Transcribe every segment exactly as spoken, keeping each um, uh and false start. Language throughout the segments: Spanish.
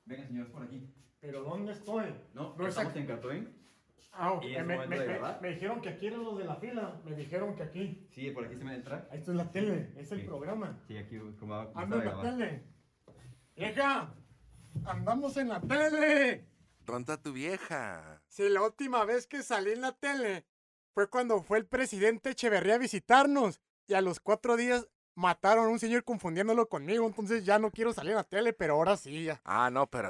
Venga, señores, por aquí. ¿Pero dónde estoy? No, No, estamos esa- en Catoín. Ah, Y me, es me, momento me- de me- grabar. me dijeron que aquí eran los de la fila. Me dijeron que aquí. Sí, por aquí se me entra. Esto es la tele, es el Sí. programa. Sí, aquí como va a Ando en la grabar. tele. ¡Vieja! ¡Andamos en la tele! ¿Dónde está tu vieja? Si la última vez que salí en la tele fue cuando fue el presidente Echeverría a visitarnos. Y a los cuatro días mataron a un señor confundiéndolo conmigo. Entonces ya no quiero salir en la tele, pero ahora sí ya. Ah, no, pero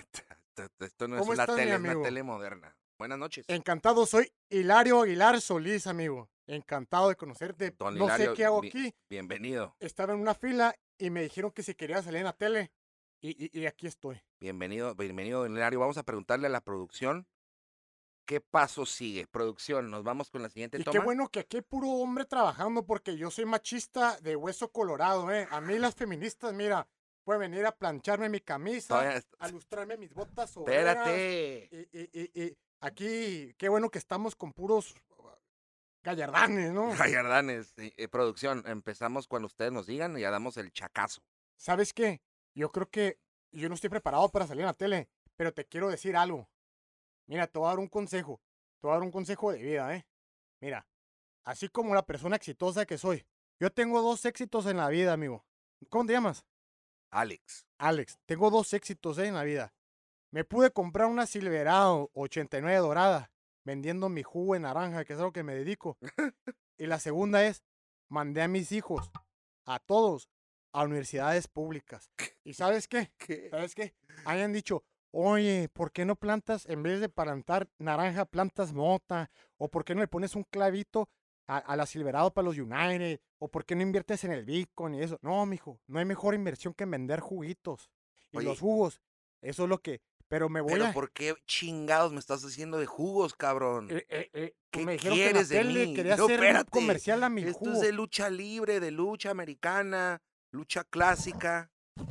esto no ¿Cómo es la estás, mi tele, es una amigo? tele moderna. Buenas noches. Encantado, soy Hilario Aguilar Solís, amigo. Encantado de conocerte. Don No Hilario, sé qué hago bi- aquí. Bienvenido, Estaba en una fila y me dijeron que si quería salir en la tele. Y, y- y aquí estoy. bienvenido, bienvenido, don Hilario. Vamos a preguntarle a la producción qué paso sigue. Producción, nos vamos con la siguiente Y toma. qué bueno que aquí hay puro hombre trabajando porque yo soy machista de hueso colorado, ¿eh? A mí las feministas, mira, pueden venir a plancharme mi camisa, Todavía est- a lustrarme mis botas obreras. Espérate. Y, y- y- y aquí, qué bueno que estamos con puros gallardanes, ¿no? Gallardanes, eh, eh, producción, empezamos cuando ustedes nos digan y ya damos el chacazo. ¿Sabes qué? Yo creo que yo no estoy preparado para salir en la tele, pero te quiero decir algo. Mira, te voy a dar un consejo. Te voy a dar un consejo de vida, ¿eh? Mira, así como la persona exitosa que soy, yo tengo dos éxitos en la vida, amigo. ¿Cómo te llamas? Alex. Alex. Tengo dos éxitos, ¿eh? En la vida. Me pude comprar una Silverado ochenta y nueve dorada, vendiendo mi jugo de naranja, que es a lo que me dedico. Y la segunda es, mandé a mis hijos, a todos, a universidades públicas. ¿Y sabes qué? ¿Qué? ¿Sabes qué? Hayan dicho, oye, ¿por qué no plantas, en vez de plantar naranja, plantas mota? ¿O por qué no le pones un clavito a, a la Silverado para los United? ¿O por qué no inviertes en el Bitcoin y eso? No, mijo, no hay mejor inversión que en vender juguitos. Y Oye. los jugos, eso es lo que... Pero me voy Pero a... ¿por qué chingados me estás haciendo de jugos, cabrón? eh, eh, eh, pues ¿Qué me dijeron que en la quieres de tele mí? quería No, hacer un espérate. comercial a mi Esto jugo. es de lucha libre, de lucha americana, lucha clásica.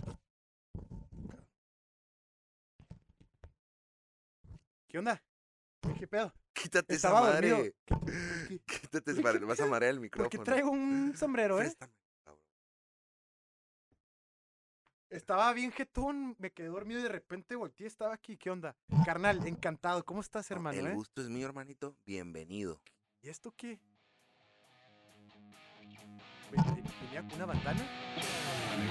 ¿Qué onda? ¿Qué pedo? Quítate esa Estaba dormido. madre. ¿Qué- Quítate esa madre. Vas a marear el ¿Por micrófono. qué traigo un sombrero, eh? Préstame, cabrón. Estaba bien jetón, me quedé dormido y de repente volteé, estaba aquí. ¿Qué onda? Carnal, encantado. ¿Cómo estás, No, hermano, el eh? gusto es mío, hermanito. Bienvenido. ¿Y esto qué? ¿Ven- ¿Venía con una bandana?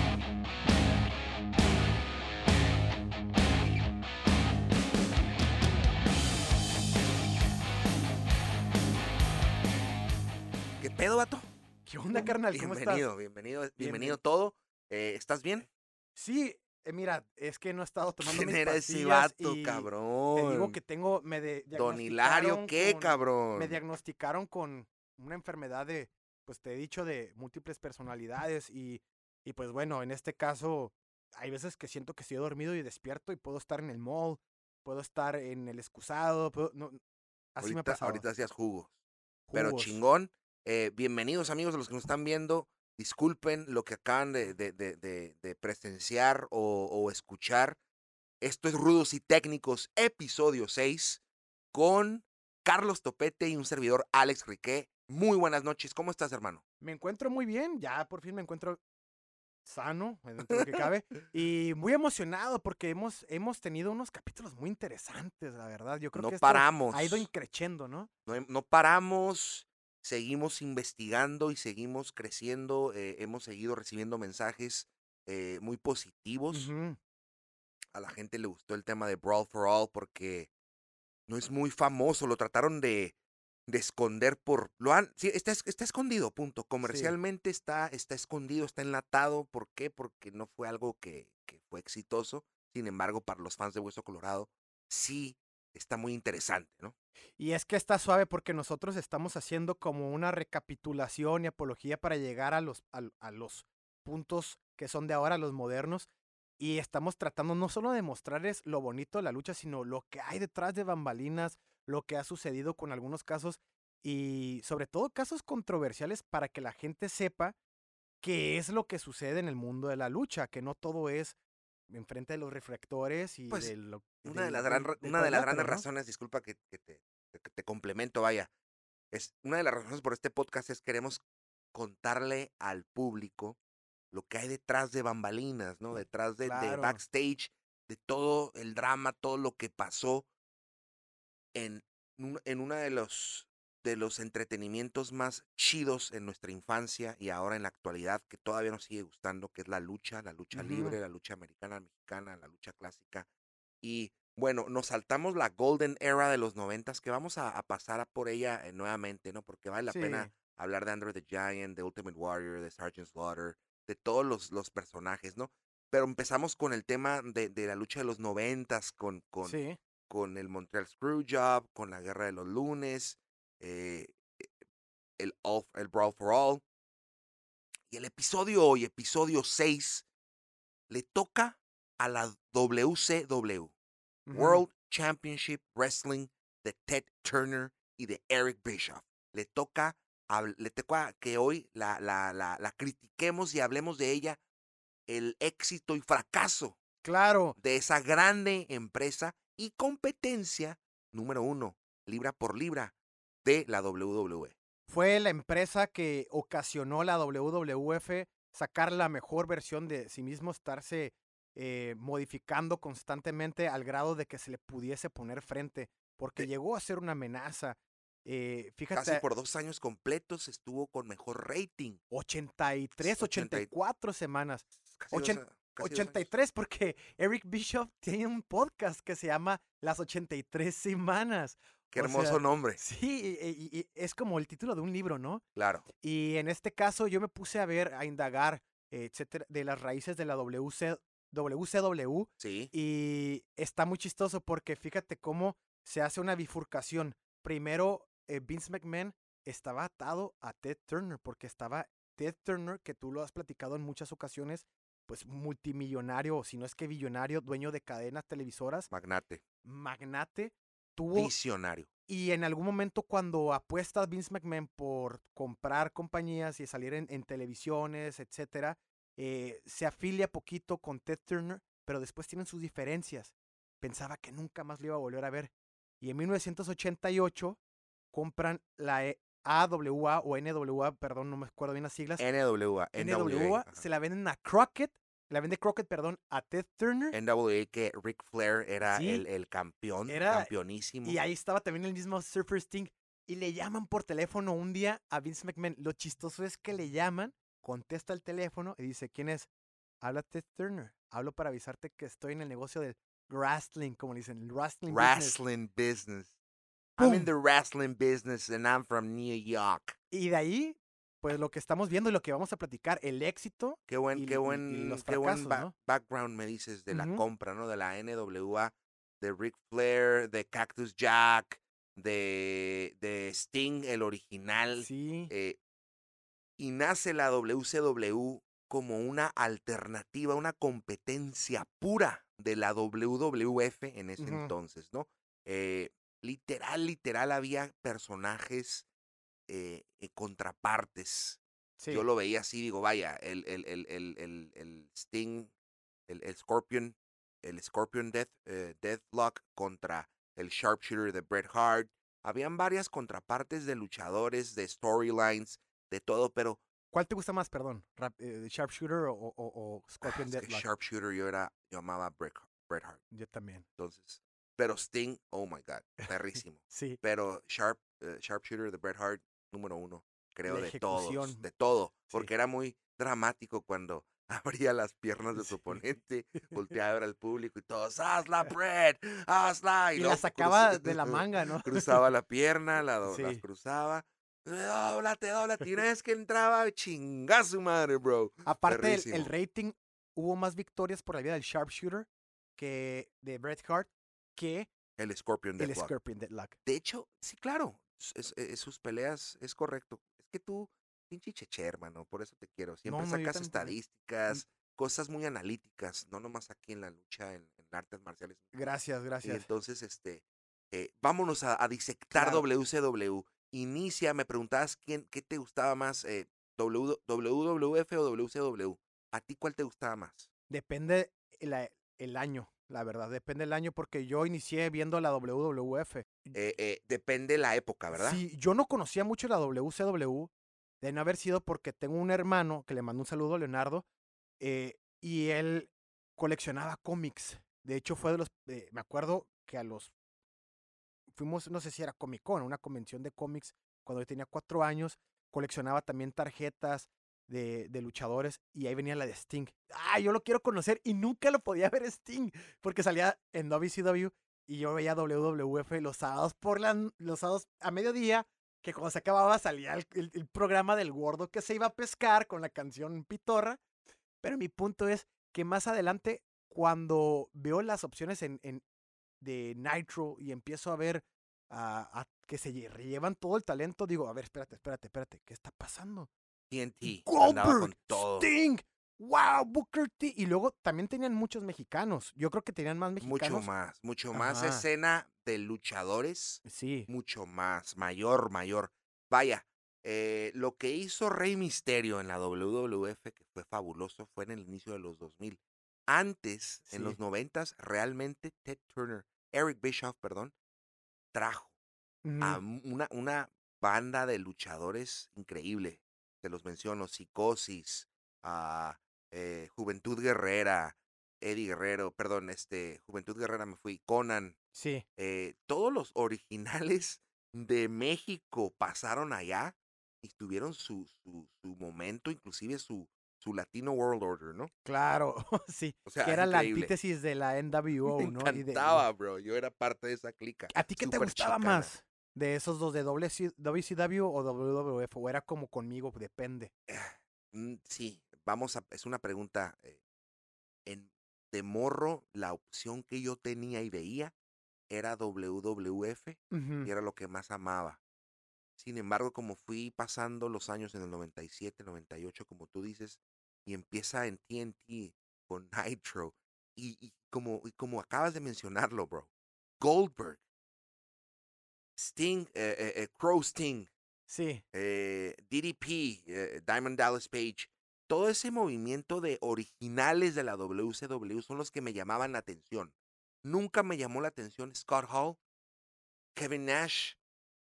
¿Qué pedo, vato? ¿Qué onda, carnal? ¿Cómo Bienvenido, estás? bienvenido, bienvenido Bienven- todo. Eh, ¿Estás bien? Sí, eh, mira, es que no he estado tomando ¿Quién mis era ese pastillas vato, y cabrón? te digo que tengo, me de- Don Hilario, diagnosticaron ¿qué, con- cabrón? Me diagnosticaron con una enfermedad de, pues te he dicho, de múltiples personalidades y, y pues bueno, en este caso hay veces que siento que estoy dormido y despierto y puedo estar en el mall, puedo estar en el excusado, puedo- no, así me ha ahorita, pasado. ahorita hacías jugos. Pero Jugos. chingón. Eh, bienvenidos, amigos, de los que nos están viendo. Disculpen lo que acaban de, de- de- de- de presenciar o, o escuchar. Esto es Rudos y Técnicos, episodio seis, con Carlos Topete y un servidor, Alex Riqué. Muy buenas noches. ¿Cómo estás, hermano? Me encuentro muy bien, ya por fin me encuentro sano, dentro de lo que cabe, y muy emocionado porque hemos, hemos tenido unos capítulos muy interesantes, la verdad. Yo creo No que esto paramos. ha ido increciendo, ¿no? No, no paramos, seguimos investigando y seguimos creciendo. eh, hemos seguido recibiendo mensajes eh, muy positivos. Ujú. A la gente le gustó el tema de Brawl for All porque no es muy famoso. Lo trataron de, de esconder por... Lo han, sí, está, es- está escondido, punto. Comercialmente está, está escondido, está enlatado. ¿Por qué? Porque no fue algo que, que fue exitoso. Sin embargo, para los fans de Hueso Colorado, sí está muy interesante, ¿no? Y es que está suave porque nosotros estamos haciendo como una recapitulación y apología para llegar a los, a, a los puntos que son de ahora, los modernos. Y estamos tratando no solo de mostrarles lo bonito de la lucha, sino lo que hay detrás de bambalinas, lo que ha sucedido con algunos casos y sobre todo casos controversiales para que la gente sepa qué es lo que sucede en el mundo de la lucha, que no todo es enfrente de los reflectores y Pues, de lo, Una de del- las, gran del- ra- del una de las cuadrilátero, grandes ¿no? razones, disculpa que, que te, que te complemento, vaya, es una de las razones por este podcast es queremos contarle al público lo que hay detrás de bambalinas, ¿no? Detrás de, de Claro. backstage de todo el drama, todo lo que pasó en, un- en uno de los, de los entretenimientos más chidos en nuestra infancia y ahora en la actualidad, que todavía nos sigue gustando, que es la lucha, la lucha Ujú. libre, la lucha americana, mexicana, la lucha clásica. Y bueno, nos saltamos la Golden Era de los noventas, que vamos a, a pasar a por ella eh, nuevamente, ¿no? Porque vale la pena Sí, hablar de Andre the Giant, de Ultimate Warrior, de Sergeant Slaughter, de todos los, los personajes, ¿no? Pero empezamos con el tema de, de la lucha de los noventas, con, con, sí. con el Montreal Screwjob, con la Guerra de los Lunes, eh, el, all- el Brawl for All. Y el episodio hoy, episodio seis, le toca a la W C W, Ujú. World Championship Wrestling, de Ted Turner y de Eric Bischoff. Le toca, hab- le toca que hoy la, la, la, la critiquemos y hablemos de ella, el éxito y fracaso Claro. de esa grande empresa y competencia número uno, libra por libra, de la W W E. Fue la empresa que ocasionó la W W F sacar la mejor versión de sí mismo, estarse eh, modificando constantemente al grado de que se le pudiese poner frente, porque De- llegó a ser una amenaza. Eh, Casi fíjate, por dos años completos estuvo con mejor rating. ochenta y tres, ochenta ochenta y y- cuatro semanas. casi, dos, Ochen- a- casi dos ochenta y años. tres porque Eric Bischoff tiene un podcast que se llama Las ochenta y tres semanas. Qué O hermoso sea, nombre. sí, y- y- y es como el título de un libro, ¿no? Claro. Y en este caso yo me puse a ver, a indagar, eh, etcétera, de las raíces de la W C W C W Sí. y está muy chistoso porque fíjate cómo se hace una bifurcación. Primero, eh, Vince McMahon estaba atado a Ted Turner porque estaba Ted Turner, que tú lo has platicado en muchas ocasiones, pues multimillonario, o si no es que billonario, dueño de cadenas televisoras, Magnate. magnate, tuvo Visionario. y en algún momento cuando apuesta Vince McMahon por comprar compañías y salir en, en televisiones, etcétera, eh, se afilia poquito con Ted Turner, pero después tienen sus diferencias. Pensaba que nunca más lo iba a volver a ver. Y en mil novecientos ochenta y ocho compran la e- A W A o N W A, perdón, no me acuerdo bien las siglas. N W A. N N W A. W A ajá. se la venden a Crockett, la vende Crockett, perdón, a Ted Turner. N W A, que Ric Flair era Sí, el, el campeón, era- campeonísimo. Y ahí estaba también el mismo Surfer Sting. Y le llaman por teléfono un día a Vince McMahon. Lo chistoso es que le llaman, contesta el teléfono y dice, ¿quién es? Habla Ted Turner. Hablo para avisarte que estoy en el negocio del wrestling, como le dicen, el wrestling business. Wrestling business. I'm in ¡Pum! the wrestling business and I'm from New York. Y de ahí, pues lo que estamos viendo y lo que vamos a platicar, el éxito Qué buen, y, qué y- buen, y los qué buen fracasos, ba- ¿no? background me dices de la Ujú. compra, ¿no? De la N W A, de Ric Flair, de Cactus Jack, de, de Sting, el original. Sí, eh, y nace la W C W como una alternativa, una competencia pura de la W W F en ese Ujú. entonces, ¿no? Eh, literal, literal, había personajes eh, eh, contrapartes. sí. Yo lo veía así, digo, vaya, el, el, el, el, el, el Sting, el, el Scorpion, el Scorpion Death, eh, Deathlock contra el Sharpshooter de Bret Hart. Habían varias contrapartes de luchadores, de storylines, de todo, pero ¿Cuál te gusta más, perdón? Rap- eh, ¿Sharpshooter o, o- o ah, Scorpion es que Deathlock? Sharpshooter yo era, yo amaba a Bret, Bret Hart. Yo también. Entonces, pero Sting, oh my God, perrísimo. Sí. Pero Sharp, eh, Sharpshooter de Bret Hart, número uno, creo, La de todos, ejecución. de todo, Sí. porque era muy dramático cuando abría las piernas de su Sí. oponente, volteaba a ver al público y todos, hazla, Bret, hazla. Y luego la sacaba cruza- de la manga, ¿no? Cruzaba la pierna, la, do- las Sí. cruzaba. Dóblate, dóblate. Y una vez que entraba, chingá su madre, bro. Aparte, el, el Perrísimo. rating, hubo más victorias por la vida del Sharpshooter que de Bret Hart que El Scorpion el Deathlock. Scorpion Deathlock. De hecho, sí, claro, es- es- sus peleas es correcto. Es que tú, pinche cheche, hermano, por eso te quiero. Siempre No, no, yo sacas también te- estadísticas, cosas muy analíticas, no nomás aquí en la lucha, en, en artes marciales. Gracias, Y gracias. entonces, este, eh, vámonos a, a disectar Claro. W C W. Inicia, me preguntabas quién, qué te gustaba más, eh, W W F o W C W. ¿A ti cuál te gustaba más? Depende el, a- el año, la verdad. Depende el año porque yo inicié viendo la W W F. Eh, eh, depende la época, ¿verdad? Sí, yo no conocía mucho la W C W, de no haber sido porque tengo un hermano que le mando un saludo a Leonardo, eh, y él coleccionaba cómics. De hecho, fue de los, eh, me acuerdo que a los, fuimos, no sé si era Comic Con, una convención de cómics, cuando yo tenía cuatro años, coleccionaba también tarjetas de, de luchadores y ahí venía la de Sting. Ah, yo lo quiero conocer y nunca lo podía ver Sting porque salía en W C W y yo veía W W F los sábados por la, los sábados a mediodía, que cuando se acababa salía el, el, el programa del gordo que se iba a pescar con la canción Pitorra. Pero mi punto es que más adelante, cuando veo las opciones en, en de Nitro y empiezo a ver a, a que se lle- llevan todo el talento, digo, a ver, espérate, espérate, espérate, ¿qué está pasando? T N T andaba Goldberg, con todo. Sting, wow, Booker T. Y luego también tenían muchos mexicanos. Yo creo que tenían más Mucho mexicanos. más, mucho más Ajá, escena de luchadores, sí, mucho más, mayor, mayor. Vaya, eh, lo que hizo Rey Misterio en la W W F, que fue fabuloso, fue en el inicio de los dos mil. Antes, en sí. los noventas, realmente Ted Turner, Eric Bischoff, perdón, trajo a Ujú. m- una, una banda de luchadores increíble. Te los menciono, Psicosis, ah, eh, Juventud Guerrera, Eddie Guerrero, perdón, este, Juventud Guerrera me fui, Conan, Sí. eh, todos los originales de México pasaron allá y tuvieron su, su, su momento, inclusive su, su Latino World Order, ¿no? Claro, sí. O Que sea, era la increíble. antítesis de la N W Me O, ¿no? Y de, de- encantaba, bro. Yo era parte de esa clica. ¿A ti qué te Súper gustaba chicana. más de esos dos, de W C W o W W F? ¿O era como conmigo? Depende. Mm, sí, vamos a, es una pregunta. eh, en, de morro, la opción que yo tenía y veía era W W F Ujú. y era lo que más amaba. Sin embargo, como fui pasando los años en el noventa y siete, noventa y ocho, como tú dices, y empieza en T N T con Nitro, y, y como, y como acabas de mencionarlo, bro, Goldberg, Sting, eh, eh, eh, Crow Sting, Sí. eh, D D P, eh, Diamond Dallas Page, todo ese movimiento de originales de la W C W son los que me llamaban la atención. Nunca me llamó la atención Scott Hall, Kevin Nash,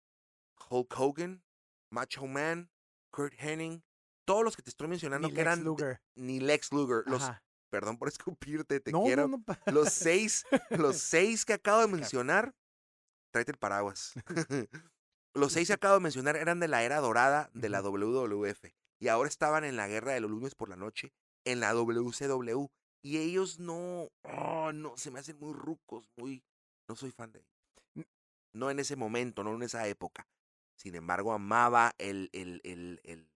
Hulk Hogan, Macho Man, Kurt Hennig, todos los que te estoy mencionando Ni que Lex eran de- Luger. ni Lex Luger, los, Ajá. perdón por escupirte, te No, no, quiero, no. pa- los seis, los seis que acabo de Acá. mencionar, tráete el paraguas. Los seis que acabo de mencionar eran de la era dorada de la Ujú. W W F y ahora estaban en la guerra de los lunes por la noche en la W C W y ellos no, oh, no, se me hacen muy rucos, muy, no soy fan de ellos. N- No en ese momento, no en esa época. Sin embargo, amaba el, el, el, el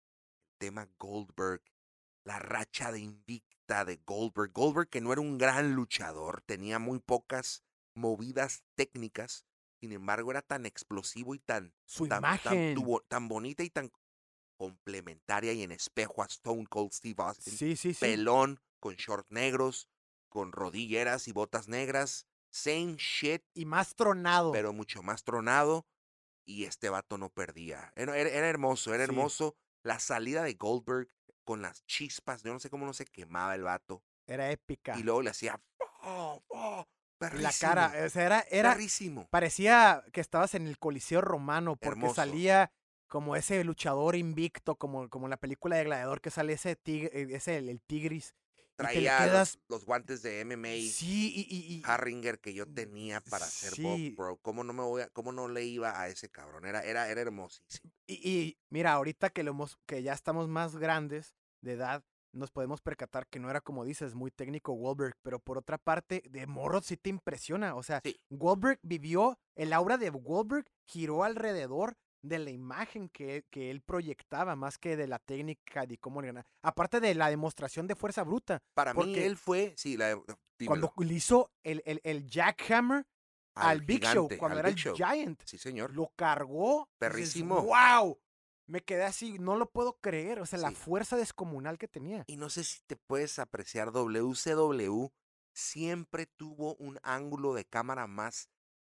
tema Goldberg, la racha de invicta de Goldberg. Goldberg que no era un gran luchador, tenía muy pocas movidas técnicas, sin embargo era tan explosivo y tan, Su tan, tan, imagen. tuvo- tan bonita y tan complementaria y en espejo a Stone Cold Steve Austin. Sí, sí, sí. Pelón, con short negros, con rodilleras y botas negras. Same shit, Y más tronado. pero mucho más tronado. Y este vato no perdía. Era, era- era hermoso, era Sí. hermoso. La salida de Goldberg con las chispas, yo no sé cómo no se quemaba el vato. Era Y épica. luego le hacía, oh, oh, Y la cara, perrísimo, o sea, era, era, perrísimo, parecía que estabas en el Coliseo Romano porque hermoso. salía como ese luchador invicto, como, como en la película de Gladiador que sale ese tigre, ese el, el tigris y te le Traía quedas, los, los guantes de M M A sí, y, y- y- Harringer que yo tenía para hacer Bob, sí, bro. ¿Cómo no me voy a, cómo no le iba a ese cabrón? Era, era, era hermosísimo. y, y mira, ahorita que lo hemos, que ya estamos más grandes de edad, nos podemos percatar que no era como dices, muy técnico Goldberg, pero por otra parte, de morro sí te impresiona, o sea, Sí, Goldberg vivió, el aura de Goldberg giró alrededor de la imagen que, que él proyectaba, más que de la técnica de cómo ganar. Aparte de la demostración de fuerza bruta, para mí porque él fue, sí, la, cuando dímelo, le hizo el, el, el jackhammer al al Big Show, gigante, cuando al era Big el Show. Giant, Sí, señor. lo cargó, dices, Perrísimo. wow, me quedé así, no lo puedo creer, o sea, la Sí. fuerza descomunal que tenía. Y no sé si te puedes apreciar, W C W siempre tuvo un ángulo de cámara más,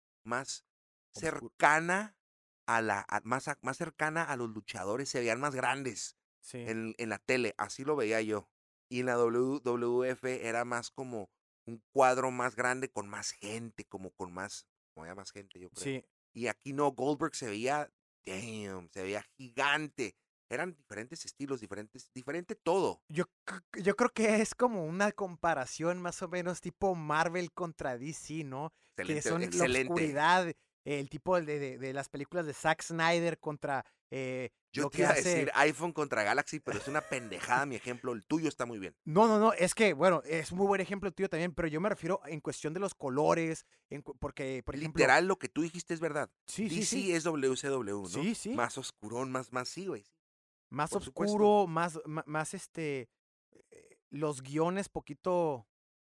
más Obscuro. cercana a la, a- más, a- más cercana a los luchadores, se veían más grandes Sí. en, en la tele, así lo veía yo. Y en la W W F era más como un cuadro más grande con más gente, como con más, como había más gente, yo creo. Sí, Y aquí no, Goldberg se veía, damn, se veía gigante. eran diferentes estilos, diferentes, diferente todo. Yo, c- yo creo que es como una comparación más o menos tipo Marvel contra D C, ¿no? Que Excelente, son la excelente. oscuridad, el tipo de, de- de las películas de Zack Snyder contra eh, Yo lo te que iba a hace... decir iPhone contra Galaxy, pero es una pendejada mi ejemplo. El tuyo está muy bien. No, no, no, es que, bueno, es muy buen ejemplo tuyo también, pero yo me refiero en cuestión de los colores, en cu- porque, por ejemplo... Literal, lo que tú dijiste es verdad. Sí, sí, sí, D C es W C W, ¿no? sí, sí, Más oscurón, más, más, sí, güey. más Por supuesto. oscuro, más, ma- más, este, eh, los guiones poquito...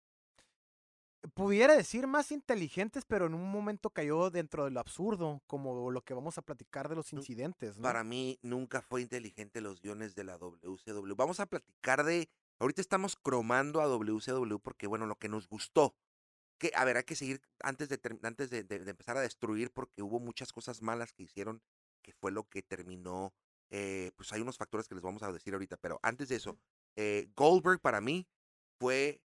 Pudiera decir más inteligentes, pero en un momento cayó dentro de lo absurdo, como lo que vamos a platicar de los Nu- incidentes, ¿no? Para mí nunca fue inteligente los guiones de la W C W. Vamos a platicar de... Ahorita estamos cromando a W C W porque, bueno, lo que nos gustó. Que, a ver, hay que seguir antes de, term- antes de, de- de empezar a destruir porque hubo muchas cosas malas que hicieron, que fue lo que terminó. Eh, pues hay unos factores que les vamos a decir ahorita, pero antes de eso, eh, Goldberg para mí fue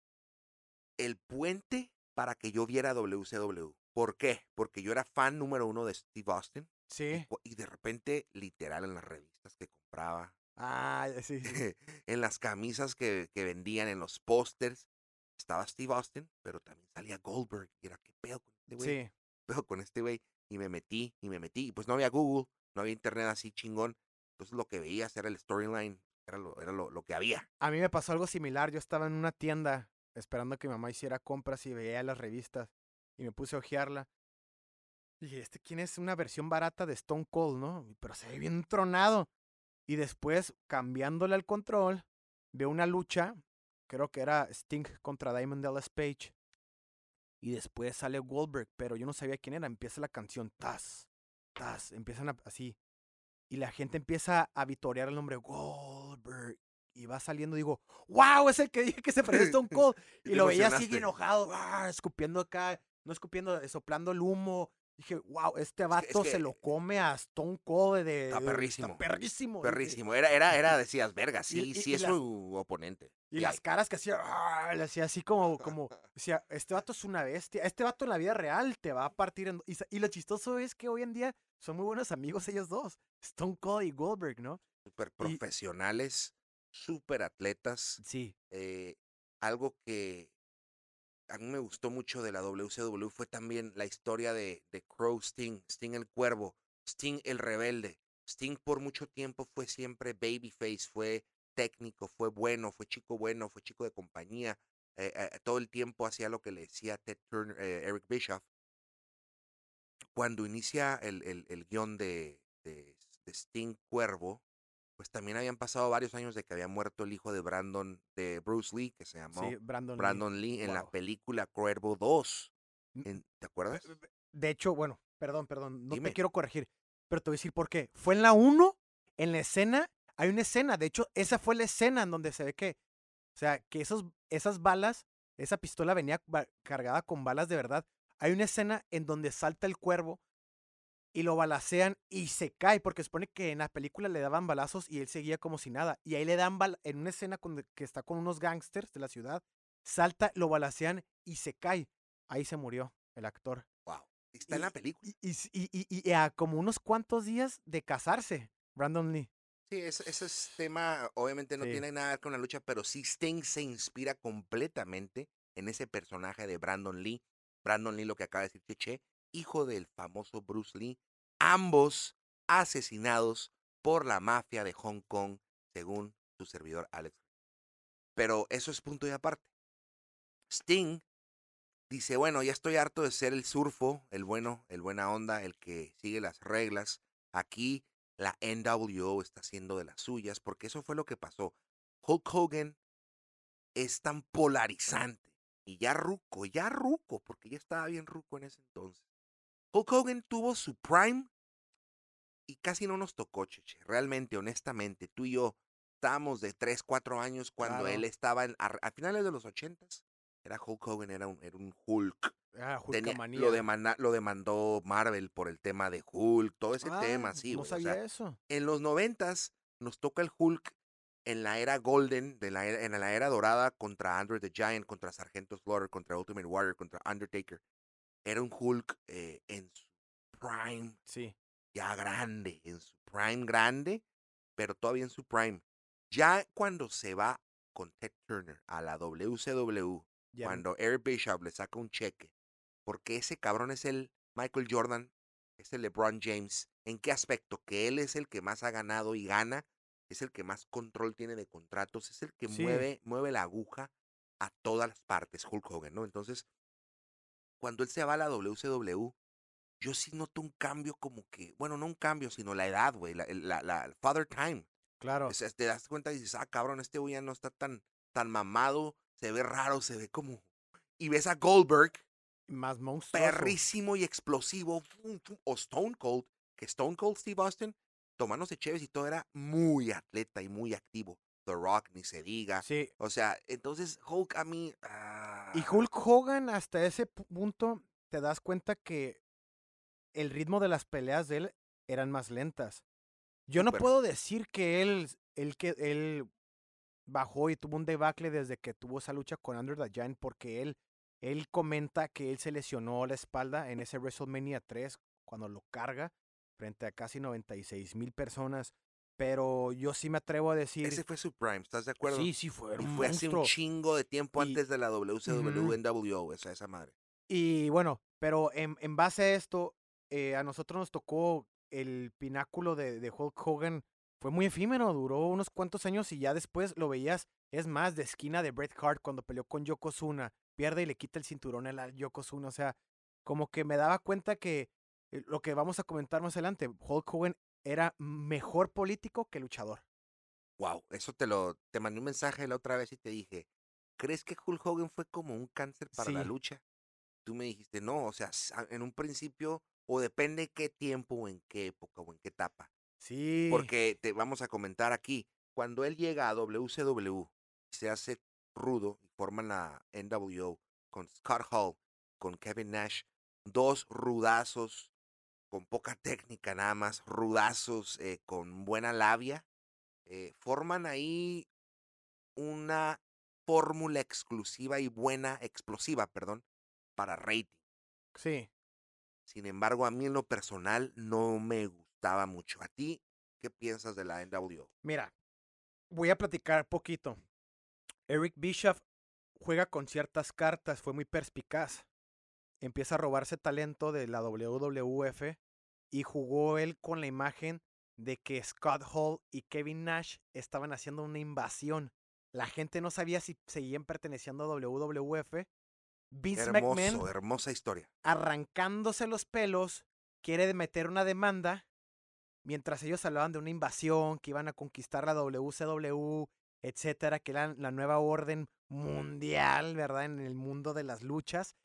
el puente para que yo viera W C W. ¿Por qué? Porque yo era fan número uno de Steve Austin y, Sí. cu- y de repente, literal, en las revistas que compraba, Ah, sí, sí. en las camisas que, que vendían, en los pósters, estaba Steve Austin, pero también salía Goldberg. Y era, ¿qué pedo con este güey? Sí. ¿Qué pedo con este güey? Y me metí, y me metí. Y pues no había Google, no había internet así chingón. Entonces lo que veías era el storyline, era lo, era lo, lo que había. A mí me pasó algo similar. Yo estaba en una tienda esperando que mi mamá hiciera compras y veía las revistas y me puse a ojearla. Y dije, ¿este quién es? Una versión barata de Stone Cold, ¿no? Pero se ve bien tronado. Y después, cambiándole al control, veo una lucha. Creo que era Sting contra Diamond Dallas Page. Y después sale Goldberg, pero yo no sabía quién era. Empieza la canción, Taz, Taz. Empiezan a- así. Y la gente empieza a vitorear el nombre Goldberg. Y va saliendo, digo, wow, es el que dije que se parecía a Stone Cold. Y Y te lo veía así emocionaste. enojado, ¡ah! Escupiendo acá, no escupiendo, eh, soplando el humo. Dije, wow, este Es que, es vato se que lo come a Stone Cold de... está de- perrísimo. Está perrísimo. Y, Perrísimo. Era, era, era, decías, verga, y, sí, y- sí y es las, su oponente. y Sí las hay. caras que hacía, ¡ah! Le hacía así como, como, decía, este vato es una bestia. Este vato en la vida real te va a partir en... Y, sa- y lo chistoso es que hoy en día son muy buenos amigos ellos dos. Stone Cold y Goldberg, ¿no? Súper Y profesionales, súper atletas. sí, eh, algo que a mí me gustó mucho de la W C W fue también la historia de, de Crow Sting, Sting el Cuervo, Sting el Rebelde. Sting por mucho tiempo fue siempre babyface, fue técnico, fue bueno, fue chico bueno, fue chico de compañía. eh, eh, todo el tiempo hacía lo que le decía Ted Turner, eh, Eric Bischoff. Cuando inicia el, el, el guión de, de, de Sting Cuervo, pues también habían pasado varios años de que había muerto el hijo de Brandon, de Bruce Lee, que se llamó sí, Brandon Lee. Brandon Lee en la Wow. película Cuervo dos. N- En- ¿Te eh, acuerdas? eh, De hecho, bueno, perdón, perdón, no te Dime. quiero corregir, pero te voy a decir por qué. Fue en la uno, en la escena, hay una escena, de hecho, esa fue la escena en donde se ve que, o sea, que esos, esas balas, esa pistola venía ba- cargada con balas de verdad. Hay una escena en donde salta el cuervo y lo balacean y se cae, porque supone que en la película le daban balazos y él seguía como si nada. Y ahí le dan bal en una escena con- que está con unos gangsters de la ciudad, salta, lo balacean y se cae. Ahí se murió el actor. Wow. Está en Y, la película. y, y, s- y- y- y a como unos cuantos días de casarse, Brandon Lee. Sí, ese, ese es tema, obviamente no Sí. tiene nada que ver con la lucha, pero sí Sting se inspira completamente en ese personaje de Brandon Lee. Brandon Lee, lo que acaba de decir Cheche, hijo del famoso Bruce Lee, ambos asesinados por la mafia de Hong Kong, según su servidor Alex. Pero eso es punto y aparte. Sting dice, bueno, ya estoy harto de ser el surfo, el bueno, el buena onda, el que sigue las reglas. Aquí la N W O está haciendo de las suyas, porque eso fue lo que pasó. Hulk Hogan es tan polarizante. Y ya ruco, ya ruco, porque ya estaba bien ruco en ese entonces. Hulk Hogan tuvo su prime y casi no nos tocó, Cheche. Realmente, honestamente, tú y yo estábamos de tres, cuatro años cuando él Claro. estaba en, a, a finales de los ochentas. Era Hulk Hogan, era un, era un Hulk. Ah, Tenía, Hulkamanía. lo, demanda, lo demandó Marvel por el tema de Hulk, todo ese Ah, tema, sí, no güey. O sabía sea, eso. en los noventas nos toca el Hulk en la era Golden, de la era, en la era dorada contra Andre the Giant, contra Sargento Slaughter, contra Ultimate Warrior, contra Undertaker. Era un Hulk eh, en su prime, Sí. ya grande, en su prime grande. pero todavía en su prime. Ya cuando se va con Ted Turner a la W C W, Ya- cuando Eric Bischoff le saca un cheque, porque ese cabrón es el Michael Jordan, es el LeBron James. ¿En qué aspecto? Que él es el que más ha ganado y gana, es el que más control tiene de contratos, es el que Sí. mueve, mueve la aguja a todas las partes, Hulk Hogan, ¿no? Entonces, cuando él se va a la W C W, yo sí noto un cambio como que, bueno, no un cambio, sino la edad, güey, la, la, la- el father time. Claro. O sea, te das cuenta y dices, ah, cabrón, este güey ya no está tan, tan mamado, se ve raro, se ve como... Y ves a Goldberg, Más monstruoso. perrísimo y explosivo, fum, fum, o Stone Cold, que Stone Cold Steve Austin, tomándose chéves y todo, era muy atleta y muy activo. The Rock, ni se diga. Sí. O sea, entonces Hulk a mí... Y ah, Hulk Hogan, hasta ese pu- punto, te das cuenta que el ritmo de las peleas de él eran más lentas. Yo no Súper. puedo decir que él, él, que él bajó y tuvo un debacle desde que tuvo esa lucha con Andre the Giant, porque él, él comenta que él se lesionó la espalda en ese WrestleMania tres cuando lo carga frente a casi noventa y seis mil personas. Pero yo sí me atrevo a decir, Ese fue su prime, ¿estás de acuerdo? sí, sí, fue Y un fue hace un monstruo. chingo de tiempo Y- antes de la W C W Ujú. N W O, esa, esa madre. Y bueno, pero en, en base a esto, eh, a nosotros nos tocó el pináculo de, de Hulk Hogan. Fue muy efímero, duró unos cuantos años y ya después lo veías, es más, de esquina de Bret Hart cuando peleó con Yokozuna. Pierde y le quita el cinturón a la Yokozuna. O sea, como que me daba cuenta que eh, lo que vamos a comentar más adelante, Hulk Hogan era mejor político que luchador. Wow, eso te lo, te mandé un mensaje la otra vez y te dije, ¿crees que Hulk Hogan fue como un cáncer para la Sí, lucha? Tú me dijiste, no, o sea, s- a- en un principio, o depende qué tiempo, o en qué época, o en qué etapa. sí, Porque te vamos a comentar aquí, cuando él llega a W C W, se hace rudo y forman la N W O con Scott Hall, con Kevin Nash, dos rudazos con poca técnica nada más, rudazos eh, con buena labia, eh, forman ahí una fórmula exclusiva y buena, explosiva, perdón, para rating. sí. Sin embargo, a mí en lo personal no me gustaba mucho. ¿A ti qué piensas de la N W O? Mira, voy a platicar poquito. Eric Bischoff juega con ciertas cartas, fue muy perspicaz. Empieza a robarse talento de la W W F y jugó él con la imagen de que Scott Hall y Kevin Nash estaban haciendo una invasión. La gente no sabía si seguían perteneciendo a W W F. Vince McMahon, Hermoso, hermosa historia. arrancándose los pelos, quiere meter una demanda mientras ellos hablaban de una invasión, que iban a conquistar la W C W, etcétera, que era la nueva orden mundial, ¿verdad? En el mundo de las luchas.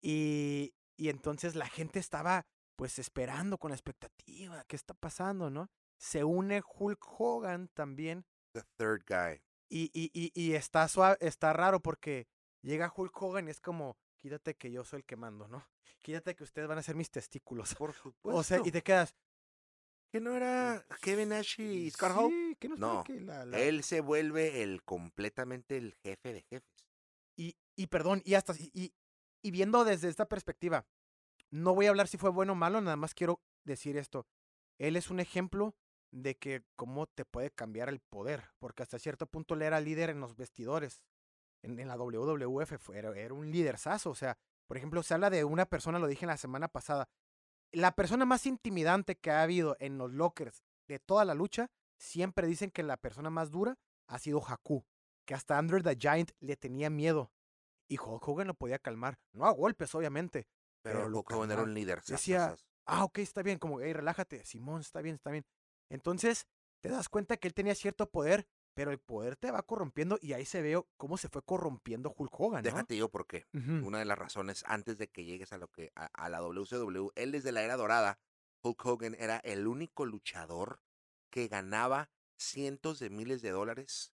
Y, y entonces la gente estaba pues esperando con la expectativa, ¿qué está pasando, no? Se une Hulk Hogan también The third guy. y, y, y, y está, suave, está raro porque llega Hulk Hogan y es como, quítate que yo soy el que mando, ¿no? Quítate que ustedes van a ser mis testículos. Por O sea, supuesto. y te quedas, ¿Que no era Kevin Nash y Scott Hall? sí, que no estaba No, que la, la- él se vuelve el completamente el jefe de jefes. Y, y perdón, y hasta, y, y, y viendo desde esta perspectiva, no voy a hablar si fue bueno o malo, nada más quiero decir esto. Él es un ejemplo de que cómo te puede cambiar el poder, porque hasta cierto punto él era líder en los vestidores. En, en la W W F fue, era, era un liderzazo, o sea, por ejemplo, se habla de una persona, lo dije en la semana pasada, la persona más intimidante que ha habido en los lockers de toda la lucha, siempre dicen que la persona más dura ha sido Haku, que hasta Andre the Giant le tenía miedo. Y Hulk Hogan lo podía calmar. No a golpes, obviamente, Pero pero lo Hulk Hogan era calmaba. un líder. Decía, ah, ok, está bien, como, hey, relájate, Simón, está bien, está bien. Entonces, te das cuenta que él tenía cierto poder, pero el poder te va corrompiendo y ahí se ve cómo se fue corrompiendo Hulk Hogan, ¿no? Déjate yo por qué. Ujú. Una de las razones antes de que llegues a lo que a, a la W C W, él desde la era dorada, Hulk Hogan era el único luchador que ganaba cientos de miles de dólares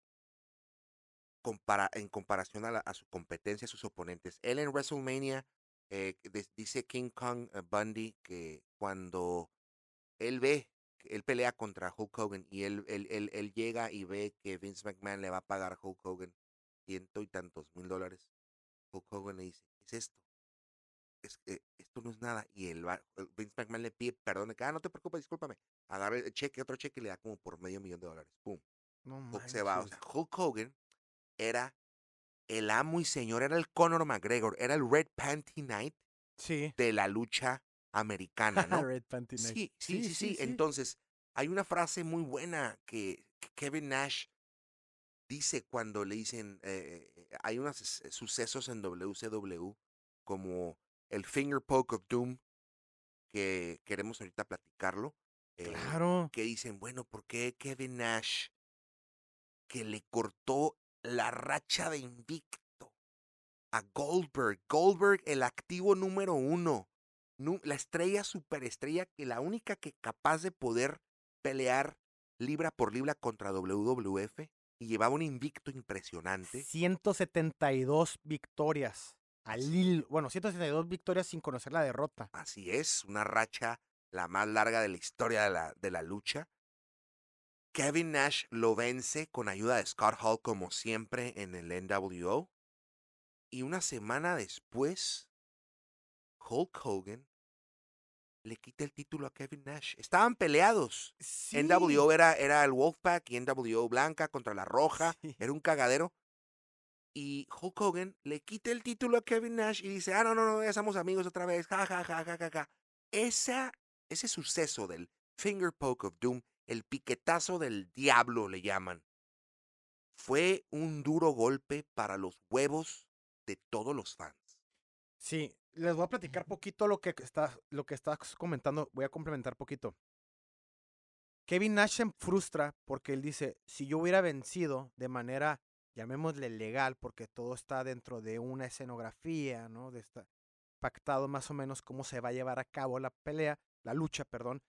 compara- en comparación a, la- a su competencia, a sus oponentes. Él en WrestleMania, eh, de- dice King Kong eh, Bundy que cuando él ve, que él pelea contra Hulk Hogan y él, él, él, él llega y ve que Vince McMahon le va a pagar a Hulk Hogan ciento y tantos mil dólares. Hulk Hogan le dice, ¿qué es esto? es, eh, esto no es nada. Y el, va- el Vince McMahon le pide perdón, de que, ah, no te preocupes, discúlpame. Agarra el cheque, otro cheque y le da como por medio millón de dólares. Pum. No Hulk se va. O manches. sea, Hulk Hogan era el amo y señor, era el Conor McGregor, era el Red Panty Knight Sí. de la lucha americana, ¿no? Red Panty Knight. Sí, sí, Sí, sí, sí, sí. sí. Entonces, hay una frase muy buena que, que Kevin Nash dice cuando le dicen, eh, eh, hay unos s- sucesos en W C W como el Finger Poke of Doom, que queremos ahorita platicarlo, eh, Claro. que dicen, bueno, ¿por qué Kevin Nash, que le cortó la racha de invicto a Goldberg? Goldberg, el activo número uno, nu- la estrella superestrella, que la única que capaz de poder pelear libra por libra contra W W F y llevaba un invicto impresionante. ciento setenta y dos victorias. Al Así, hilo. Bueno, ciento setenta y dos victorias sin conocer la derrota. así es, una racha la más larga de la historia de la, de la lucha. Kevin Nash lo vence con ayuda de Scott Hall como siempre en el N W O. Y una semana después, Hulk Hogan le quita el título a Kevin Nash. Estaban peleados. Sí. N W O era, era el Wolfpack y N W O blanca contra la roja. Sí. Era un cagadero. Y Hulk Hogan le quita el título a Kevin Nash y dice, ah, no, no, no, ya somos amigos otra vez. Ja, ja, ja, ja, ja, ja. Esa, ese suceso del Finger Poke of Doom, el piquetazo del diablo le llaman, fue un duro golpe para los huevos de todos los fans. Sí, les voy a platicar poquito lo que estás, lo que estás comentando. Voy a complementar poquito. Kevin Nash se frustra porque él dice, si yo hubiera vencido de manera, llamémosle legal, porque todo está dentro de una escenografía, ¿no? De esta, pactado más o menos cómo se va a llevar a cabo la pelea, la lucha, perdón.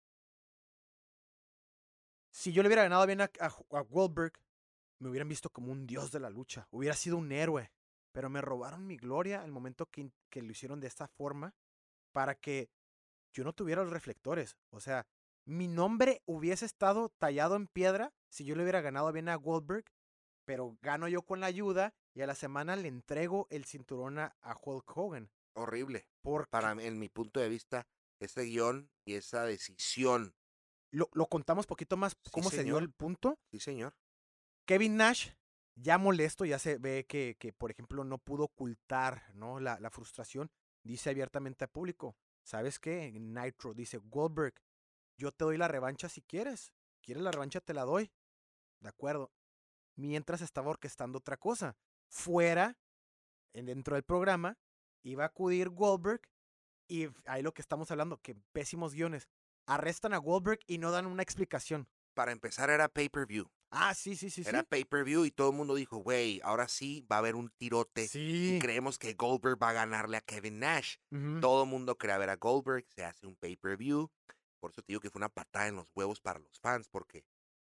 Si yo le hubiera ganado bien a, a, a Goldberg, me hubieran visto como un dios de la lucha, hubiera sido un héroe, pero me robaron mi gloria al momento que, que lo hicieron de esta forma para que yo no tuviera los reflectores. O sea, mi nombre hubiese estado tallado en piedra si yo le hubiera ganado bien a Goldberg, pero gano yo con la ayuda y a la semana le entrego el cinturón a, a Hulk Hogan. Horrible. Porque Para, en mi punto de vista, ese guión y esa decisión. lo, lo contamos poquito más Sí, cómo se dio señor. el punto. Sí, señor. Kevin Nash, ya molesto, ya se ve que, que por ejemplo, no pudo ocultar, ¿no? la, la frustración. Dice abiertamente al público, ¿sabes qué? En Nitro dice, Goldberg, yo te doy la revancha si quieres. ¿Quieres la revancha? Te la doy. De acuerdo. Mientras estaba orquestando otra cosa. Fuera, en- dentro del programa, iba a acudir Goldberg y ahí lo que estamos hablando, que pésimos guiones. Arrestan a Goldberg y no dan una explicación. Para empezar, era pay-per-view. Ah, sí, sí, sí, Era sí. pay-per-view y todo el mundo dijo, güey, ahora sí va a haber un tirote y Sí. creemos que Goldberg va a ganarle a Kevin Nash. Ujú. Todo el mundo quería ver a Goldberg, se hace un pay-per-view. Por eso te digo que fue una patada en los huevos para los fans, porque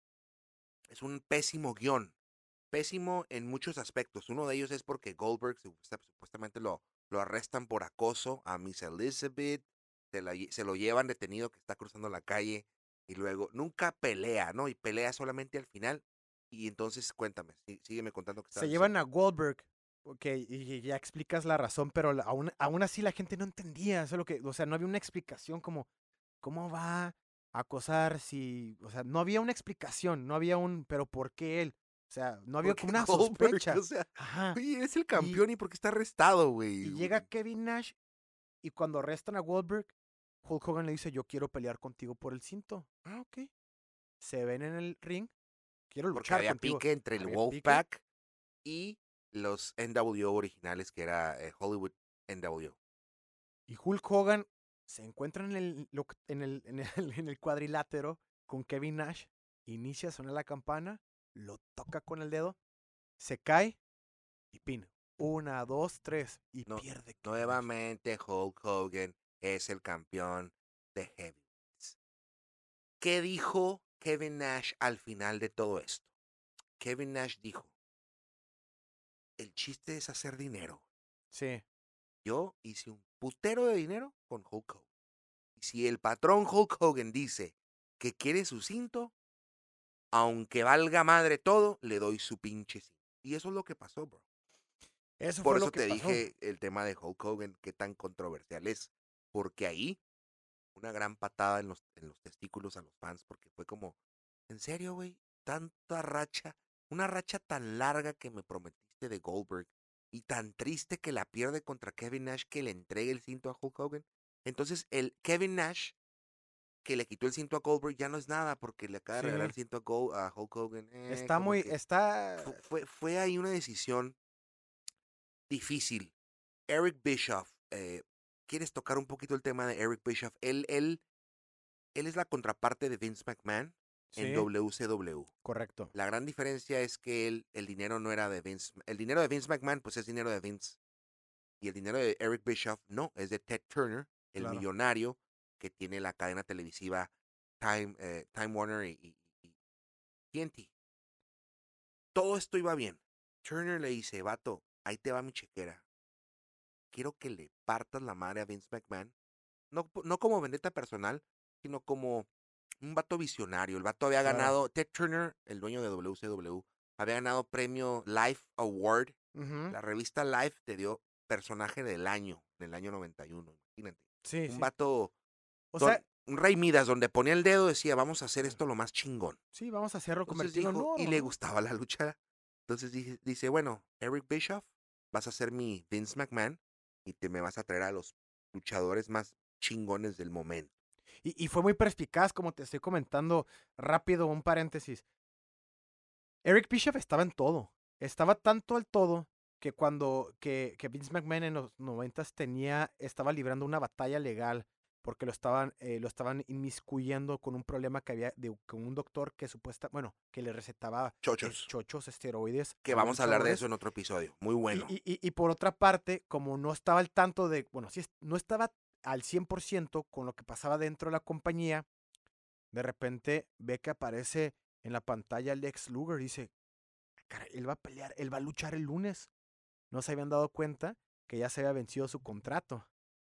es un pésimo guión. Pésimo en muchos aspectos. Uno de ellos es porque Goldberg supuesta- supuestamente lo, lo arrestan por acoso a Miss Elizabeth, se, la lle- se lo llevan detenido que está cruzando la calle y luego nunca pelea, ¿no? Y pelea solamente al final. Y entonces cuéntame, sí- sígueme contando que Se estabas llevan diciendo. a Goldberg. Ok, y y ya explicas la razón, pero la- aún, aún así la gente no entendía. Eso es lo que, o sea, no había una explicación como, ¿cómo va a acosar si, o sea, no había una explicación, no había un, pero ¿por qué él? O sea, no había Porque como una Goldberg, sospecha. o sea, Ajá. oye, es el Y, campeón y porque está arrestado, güey. y llega Kevin Nash y cuando arrestan a Goldberg, Hulk Hogan le dice, yo quiero pelear contigo por el cinto. Ah, ok. Se ven en el ring, quiero Porque luchar había contigo. pique entre el Había pique. Wolfpack y los N W O originales, que era eh, Hollywood N W O. Y Hulk Hogan se encuentra en el, lo- en el, en el, en el cuadrilátero con Kevin Nash. Inicia, suena la campana, lo toca con el dedo, se cae y pin. Una, dos, tres. Y No, pierde Kevin Nash. nuevamente Hulk Hogan es el campeón de Heavyweights. ¿Qué dijo Kevin Nash al final de todo esto? Kevin Nash dijo, el chiste es hacer dinero. Sí. Yo hice un putero de dinero con Hulk Hogan. Y si el patrón Hulk Hogan dice que quiere su cinto, aunque valga madre todo, le doy su pinche cinto. Y eso es lo que pasó, bro. Eso Por fue eso lo que te pasó. dije el tema de Hulk Hogan, qué tan controversial es. Porque ahí, una gran patada en los, en los testículos a los fans, porque fue como, ¿en serio, güey? Tanta racha, una racha tan larga que me prometiste de Goldberg y tan triste que la pierde contra Kevin Nash que le entregue el cinto a Hulk Hogan. Entonces, el Kevin Nash que le quitó el cinto a Goldberg ya no es nada porque le acaba de regalar el Sí. cinto a, Gold, a Hulk Hogan. Eh, Está como muy, que está... fu- fue, fue ahí una decisión difícil. Eric Bischoff, eh, ¿quieres tocar un poquito el tema de Eric Bischoff? Él, él, él es la contraparte de Vince McMahon en Sí, W C W. correcto. La gran diferencia es que él, el dinero no era de Vince. El dinero de Vince McMahon, pues es dinero de Vince. Y el dinero de Eric Bischoff, no, es de Ted Turner, el Claro. millonario que tiene la cadena televisiva Time, eh, Time Warner y, y, y T N T. Todo esto iba bien. Turner le dice, vato, ahí te va mi chequera. Quiero que le partas la madre a Vince McMahon. No, no como vendetta personal, sino como un vato visionario. El vato había Claro. ganado, Ted Turner, el dueño de W C W, había ganado premio Life Award. Ujú. La revista Life te dio personaje del año, del año noventa y uno, imagínate. Sí, Un sí. vato, O don- sea, un rey Midas, donde ponía el dedo, decía, vamos a hacer sí, esto lo más chingón. sí, vamos a hacerlo, Entonces convertirlo en dijo, y oro, le ¿no? gustaba la lucha. Entonces dije- dice, bueno, Eric Bischoff, vas a ser mi Vince McMahon y te me vas a traer a los luchadores más chingones del momento. Y, y fue muy perspicaz, como te estoy comentando. Rápido, un paréntesis. Eric Bischoff estaba en todo. Estaba tanto al todo que cuando que, que Vince McMahon en los noventas tenía, estaba librando una batalla legal porque lo estaban, eh, lo estaban inmiscuyendo con un problema que había de, con un doctor que supuesta, bueno, que le recetaba es- Chochos, chochos, esteroides que a los vamos a hablar de eso luchadores. en otro episodio. Muy Y, bueno. y- y- y por otra parte, como no estaba al tanto de, bueno, sí, es- no estaba al cien por ciento con lo que pasaba dentro de la compañía, de repente ve que aparece en la pantalla Lex Luger y dice, "Caray, él va a pelear, él va a luchar el lunes". No se habían dado cuenta que ya se había vencido su contrato.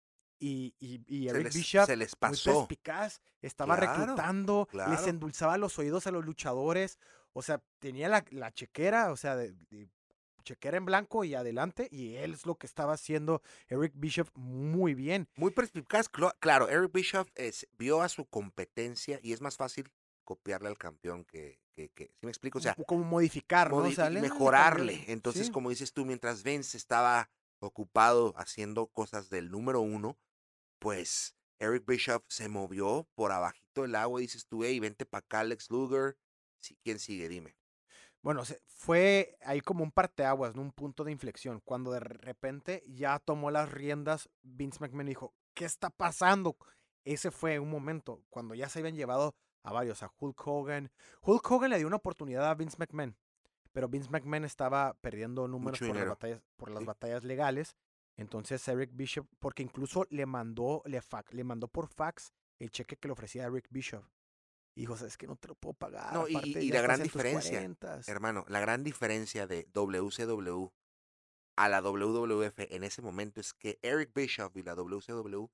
Y, y- y Se Eric les, Bischoff, se les muy pasó. perspicaz, estaba Claro, reclutando, les claro. endulzaba los oídos a los luchadores. O sea, tenía la, la chequera, o sea, de, de chequera en blanco y adelante. Y él es lo que estaba haciendo Eric Bischoff muy bien. Muy perspicaz, clo- claro. Eric Bischoff es, vio a su competencia y es más fácil copiarle al campeón que, que, que ¿sí me explico? O sea, Como modificar, ¿no? O modi- sea, y le, le cambió mejorarle. el- Entonces, sí. como dices tú, mientras Vince estaba ocupado haciendo cosas del número uno, pues Eric Bischoff se movió por abajito del agua y dices tú, hey, vente para acá, Lex Luger. Sí, ¿quién sigue? Dime. Bueno, se- fue ahí como un parteaguas, ¿no? Un punto de inflexión. Cuando de repente ya tomó las riendas, Vince McMahon dijo, ¿qué está pasando? Ese fue un momento, cuando ya se habían llevado a varios, a Hulk Hogan. Hulk Hogan le dio una oportunidad a Vince McMahon, pero Vince McMahon estaba perdiendo números Mucho por las dinero. batallas, por las Sí. batallas legales. Entonces Eric Bischoff, porque incluso le mandó, le, fa- le mandó por fax el cheque que le ofrecía a Eric Bischoff. Y dijo, es que no te lo puedo pagar, No, y, aparte y- y ya la estás gran en tus diferencia, cuarentas. hermano, la gran diferencia de W C W a la W W F en ese momento es que Eric Bischoff y la W C W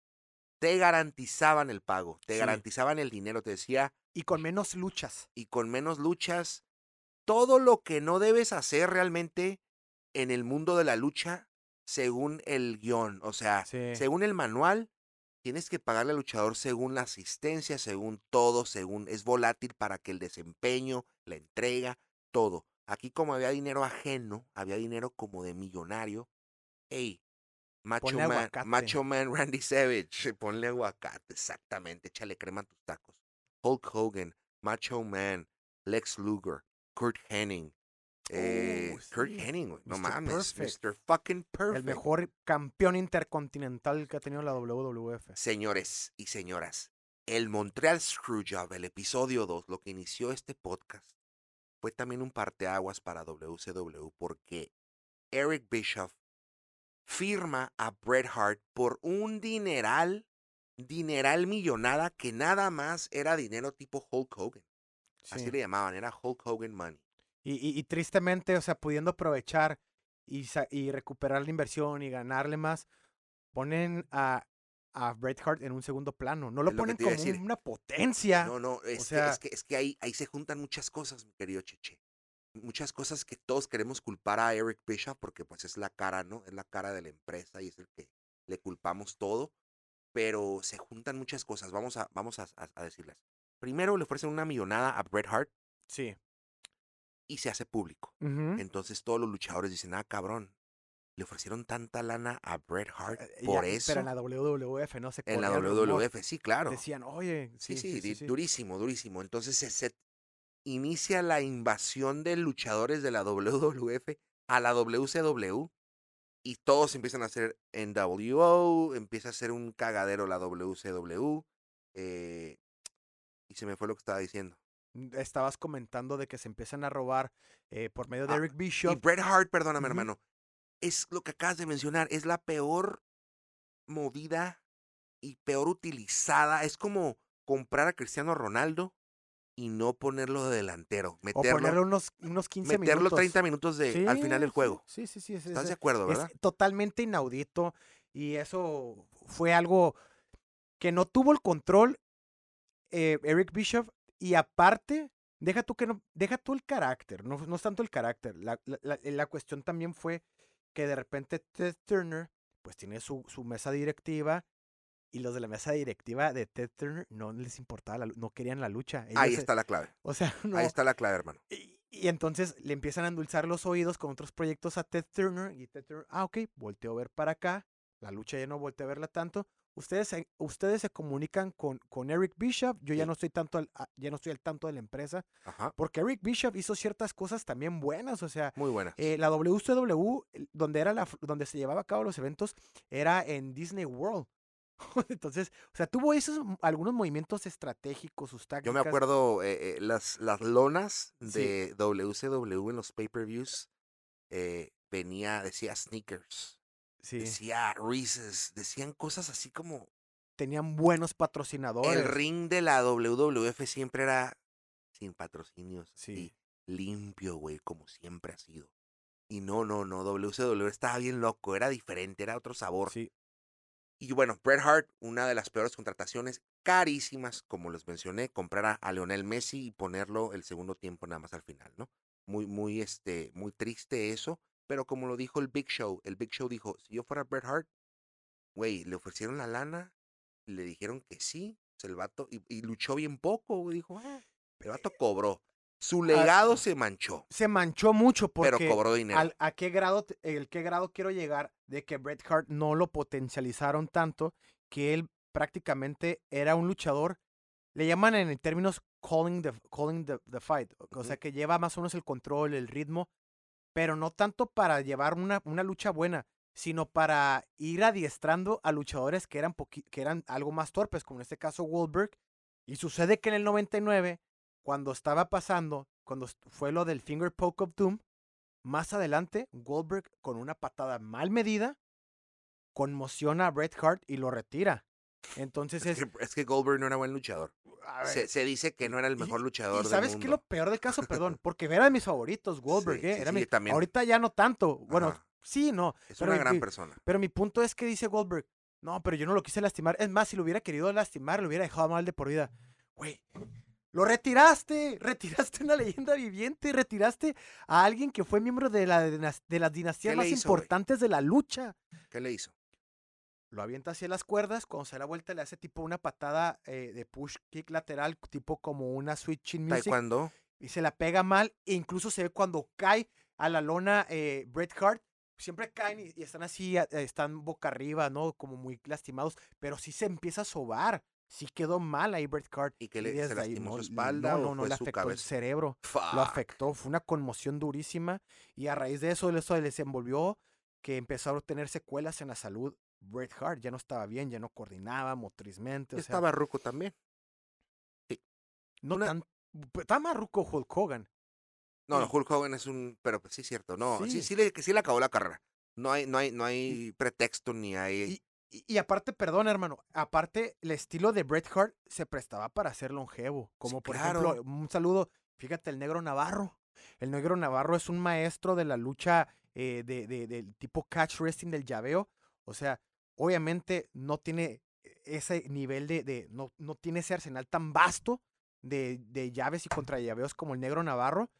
te garantizaban el pago, te Sí. garantizaban el dinero, te decía, Y con menos luchas. y con menos luchas, todo lo que no debes hacer realmente en el mundo de la lucha según el guión, o sea, Sí. según el manual, tienes que pagarle al luchador según la asistencia, según todo, según es volátil para que el desempeño, la entrega, todo. Aquí como había dinero ajeno, había dinero como de millonario. Hey, Macho Ponle Man, aguacate. Macho Man Randy Savage, ponle aguacate, exactamente, échale crema a tus tacos. Hulk Hogan, Macho Man, Lex Luger, Kurt Hennig, eh, Uh, Kurt sí. Hennig, güey, no mister mames, Perfect. mister Fucking El Perfect. mejor campeón intercontinental que ha tenido la W W F. Señores y señoras, el Montreal Screwjob, el episodio dos, lo que inició este podcast, fue también un parteaguas para W C W porque Eric Bischoff firma a Bret Hart por un dineral, dineral millonada que nada más era dinero tipo Hulk Hogan. Así Sí. le llamaban, era Hulk Hogan Money. Y, y- y tristemente, o sea, pudiendo aprovechar y, sa- y recuperar la inversión y ganarle más, ponen a, a Bret Hart en un segundo plano. No lo Es lo que ponen te iba a como decir. una potencia. No, no, es, sea- que, es, que, es que ahí, ahí se juntan muchas cosas, mi querido Cheche. muchas cosas que todos queremos culpar a Eric Bischoff porque pues es la cara, ¿no? Es la cara de la empresa y es el que le culpamos todo, pero se juntan muchas cosas. Vamos a, vamos a, a- a decirlas. Primero le ofrecen una millonada a Bret Hart Sí. y se hace público. Ujú. Entonces todos los luchadores dicen, ah, cabrón, le ofrecieron tanta lana a Bret Hart Eh, por ya, eso Pero en la W W F no se en la corría el rumor. W W F. Sí, claro. Decían, oye, Sí, sí, sí, sí, sí, di- sí. durísimo, durísimo. Entonces se, se inicia la invasión de luchadores de la W W F a la W C W y todos empiezan a hacer N W O, empieza a ser un cagadero la W C W eh, y se me fue lo que estaba diciendo. Mm, Estabas comentando de que se empiezan a robar eh, por medio de Ah, Eric y Bischoff. Bret Hart, perdóname Ujú. hermano, es lo que acabas de mencionar, es la peor movida y peor utilizada. Es como comprar a Cristiano Ronaldo y no ponerlo de delantero, O meterlo, ponerle unos, unos quince meterlo minutos. treinta minutos de, al final del Sí, juego. sí, sí, sí, sí, es, ¿Estás es- de acuerdo, es verdad? totalmente inaudito y eso fue algo que no tuvo el control eh, Eric Bischoff y aparte, deja tú que no, deja tú el carácter, no, no es tanto el carácter, la, la, la- la cuestión también fue que de repente Ted Turner pues tiene su, su mesa directiva y los de la mesa directiva de Ted Turner no les importaba, la lu- no querían la lucha. Ellos, Ahí eh, está la clave. o sea, no, Ahí está la clave, hermano. y, y entonces le empiezan a endulzar los oídos con otros proyectos a Ted Turner y Ted Turner, ah, ok, volteo a ver para acá, la lucha ya no volteo a verla tanto. Ustedes se, ustedes se comunican con, con Eric Bischoff, yo ya Sí. no estoy tanto al, a- ya no estoy al tanto de la empresa, Ajá. porque Eric Bischoff hizo ciertas cosas también buenas, o sea, Muy buenas. eh, la W C W, el- donde era la, f- donde se llevaba a cabo los eventos, era en Disney World. Entonces, o sea, tuvo esos m- algunos movimientos estratégicos, sus Yo tácticas. me acuerdo eh, eh, las, las lonas Sí. de W C W en los pay-per-views. eh, venía, decía sneakers, Sí, decía Reese's, decían cosas así como tenían buenos el patrocinadores. ring de la W W F siempre era sin patrocinios, Sí. y limpio, güey, como siempre ha sido. Y no, no, no, W C W estaba bien loco, era diferente, era otro sabor. Sí, Y bueno, Bret Hart, una de las peores contrataciones, carísimas, como les mencioné, comprar a, a Lionel Messi y ponerlo el segundo tiempo nada más al final, ¿no? Muy, muy, este, muy triste eso, pero como lo dijo el Big Show, el Big Show dijo, si yo fuera Bret Hart, güey, le ofrecieron la lana, le dijeron que sí, pues el vato, y, y luchó bien poco, güey, dijo, ah, el vato cobró. Su Ah, legado se manchó, se manchó mucho pero porque cobró dinero. al- a qué grado, te- el qué grado quiero llegar de que Bret Hart no lo potencializaron tanto que él prácticamente era un luchador, le llaman en términos calling the, calling the, the fight, o sea Ujú. que lleva más o menos el control, el ritmo, pero no tanto para llevar una, una lucha buena, sino para ir adiestrando a luchadores que eran, poqui- que eran algo más torpes, como en este caso Goldberg. Y sucede que en el noventa y nueve, cuando estaba pasando, cuando est- fue lo del Finger Poke of Doom, más adelante Goldberg con una patada mal medida conmociona a Bret Hart y lo retira. Entonces Es es... que, es que Goldberg no era buen luchador. a ver, Se, se dice que no era el mejor y- luchador ¿Y del sabes qué es mundo. lo peor del caso? Perdón, porque era de mis favoritos, Goldberg, Sí, ¿eh? sí, Era sí, mi- también. Ahorita ya no tanto. Bueno, Ajá. sí, no. Es pero una mi- gran mi- persona. Pero mi punto es que dice Goldberg, no, pero yo no lo quise lastimar. Es más, si lo hubiera querido lastimar, lo hubiera dejado mal de por vida. Güey, lo retiraste. Retiraste una leyenda viviente. Retiraste a alguien que fue miembro de, la, dinas- de las dinastías ¿Qué más le hizo, güey? importantes de la lucha. ¿Qué le hizo? Lo avienta hacia las cuerdas. Cuando se da la vuelta, le hace tipo una patada eh, de push kick lateral, tipo como una Sweet Chin Music. Taekwondo. Y se la pega mal. E incluso se ve cuando cae a la lona eh, Bret Hart. Siempre caen y, y están así, eh, están boca arriba, ¿no? Como muy lastimados. Pero sí se empieza a sobar. Sí quedó mal ahí Bret Hart. ¿Y que le, se desde ahí, lastimó no, su espalda no, o no, no fue le su afectó el cabeza? cerebro. Fuck. Lo afectó. Fue una conmoción durísima. Y a raíz de eso, eso les envolvió que empezó a tener secuelas en la salud. Bret Hart ya no estaba bien, ya no coordinaba motrizmente. O sea, Estaba ruco también. no una- tan. Estaba más ruco Hulk Hogan. No, no, Sí. Hulk Hogan es un... Pero pues sí es cierto. No, sí, Sí. sí, le, sí le acabó la carrera. No hay, no hay, no hay pretexto ni hay... Y, y- y aparte, perdón, hermano, aparte, el estilo de Bret Hart se prestaba para ser longevo. Como por claro. ejemplo, un saludo, fíjate, el Negro Navarro. El Negro Navarro es un maestro de la lucha eh, de, de- del tipo catch wrestling del llaveo. O sea, obviamente no tiene ese nivel de, de- no, no tiene ese arsenal tan vasto de, de llaves y contrallaveos como el Negro Navarro.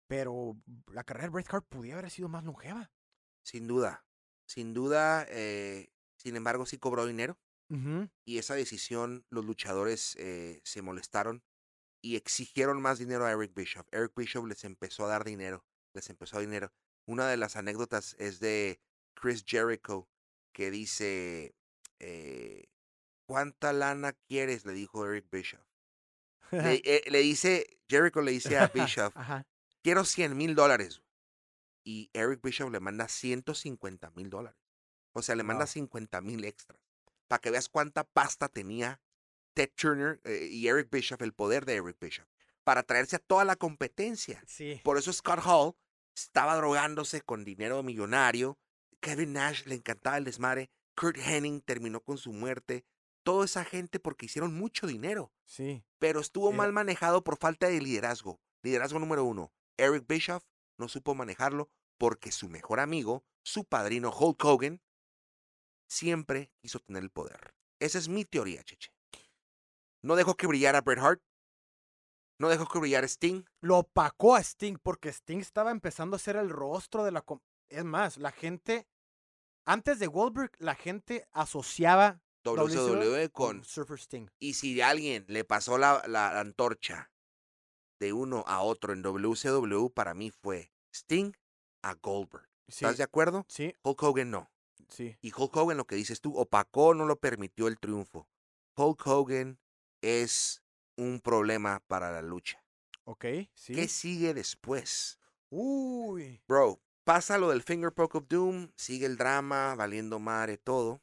pero la carrera de Bret Hart podía haber sido más longeva. Sin duda, sin duda, eh, sin embargo, sí cobró dinero. Ujú. Y esa decisión, los luchadores eh, se molestaron y exigieron más dinero a Eric Bischoff. Eric Bischoff les empezó a dar dinero, les empezó a dar dinero. Una de las anécdotas es de Chris Jericho, que dice, eh, ¿cuánta lana quieres? Le dijo Eric Bischoff. Le, eh, le dice, Jericho le dice a Bischoff, Ajá. quiero cien mil dólares. Y Eric Bischoff le manda ciento cincuenta mil dólares. O sea, le manda Wow. cincuenta mil extras. Para que veas cuánta pasta tenía Ted Turner eh, y Eric Bischoff, el poder de Eric Bischoff, para traerse a toda la competencia. Sí. Por eso Scott Hall estaba drogándose con dinero millonario. Kevin Nash le encantaba el desmadre. Kurt Hennig terminó con su muerte. Toda esa gente porque hicieron mucho dinero. Sí. Pero estuvo Era- mal manejado por falta de liderazgo. Liderazgo número uno. Eric Bischoff no supo manejarlo porque su mejor amigo, su padrino Hulk Hogan, siempre quiso tener el poder. Esa es mi teoría, Cheche. No dejó que brillara Bret Hart. No dejó que brillara Sting. Lo opacó a Sting porque Sting estaba empezando a ser el rostro de la... com- Es más, la gente... Antes de Goldberg, la gente asociaba W C W con con... Surfer Sting. Y si alguien le pasó la, la, la antorcha de uno a otro en W C W, para mí fue Sting a Goldberg. Sí, ¿Estás de acuerdo? sí, Hulk Hogan no. sí. Y Hulk Hogan, lo que dices tú, opacó, no lo permitió el triunfo. Hulk Hogan es un problema para la lucha. Ok, sí. ¿Qué sigue después? Uy. Bro, pasa lo del Finger Poke of Doom, sigue el drama, valiendo madre todo.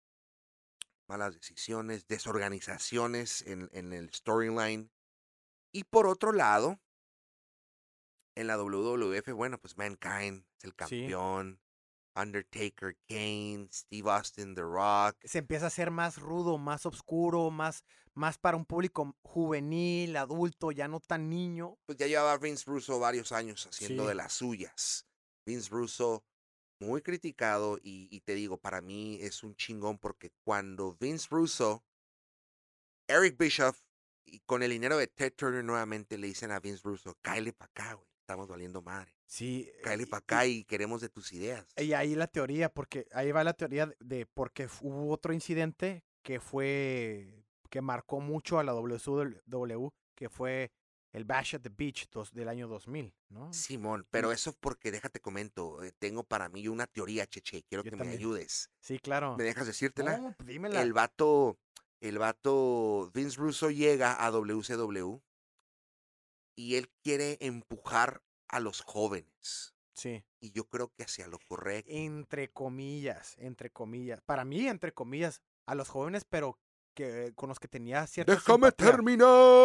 Malas decisiones, desorganizaciones en, en el storyline. Y por otro lado, en la W W F, bueno, pues Mankind es el Sí. campeón. Undertaker, Kane, Steve Austin, The Rock. Se empieza a ser más rudo, más oscuro, más, más para un público juvenil, adulto, ya no tan niño. Pues ya llevaba Vince Russo varios años haciendo Sí. de las suyas. Vince Russo, muy criticado, y, y te digo, para mí es un chingón porque cuando Vince Russo, Eric Bischoff, y con el dinero de Ted Turner nuevamente le dicen a Vince Russo, cáele para acá, güey, estamos valiendo madre. Sí. eh, Cáele y- para acá y queremos de tus ideas. Y ahí la teoría, porque ahí va la teoría de- de porque fu- hubo otro incidente que fue, que marcó mucho a la W C W, que fue el Bash at the Beach dos- del año dos mil, ¿no? Simón, pero eso porque déjate comento, eh, tengo para mí una teoría, Cheche, quiero Yo que me también. ayudes. Sí, claro. ¿Me dejas decírtela? No, pues dímela. El vato, el vato, Vince Russo llega a W C W y él quiere empujar a los jóvenes. Sí. Y yo creo que hacia lo correcto. Entre comillas, entre comillas. Para mí, entre comillas, a los jóvenes, pero que con los que tenía cierta ¡Déjame simpatía. terminar!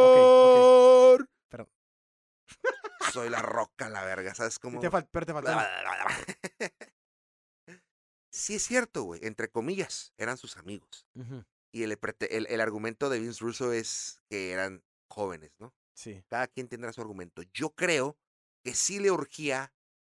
Perdón. Soy la roca, la verga, ¿sabes Sí cómo? te fal- pero te faltaron. Sí es cierto, güey, entre comillas, eran sus amigos. Ujú, Y el, prete- el, el argumento de Vince Russo es que eran jóvenes, ¿no? Sí. Cada quien tendrá su argumento. Yo creo que sí le urgía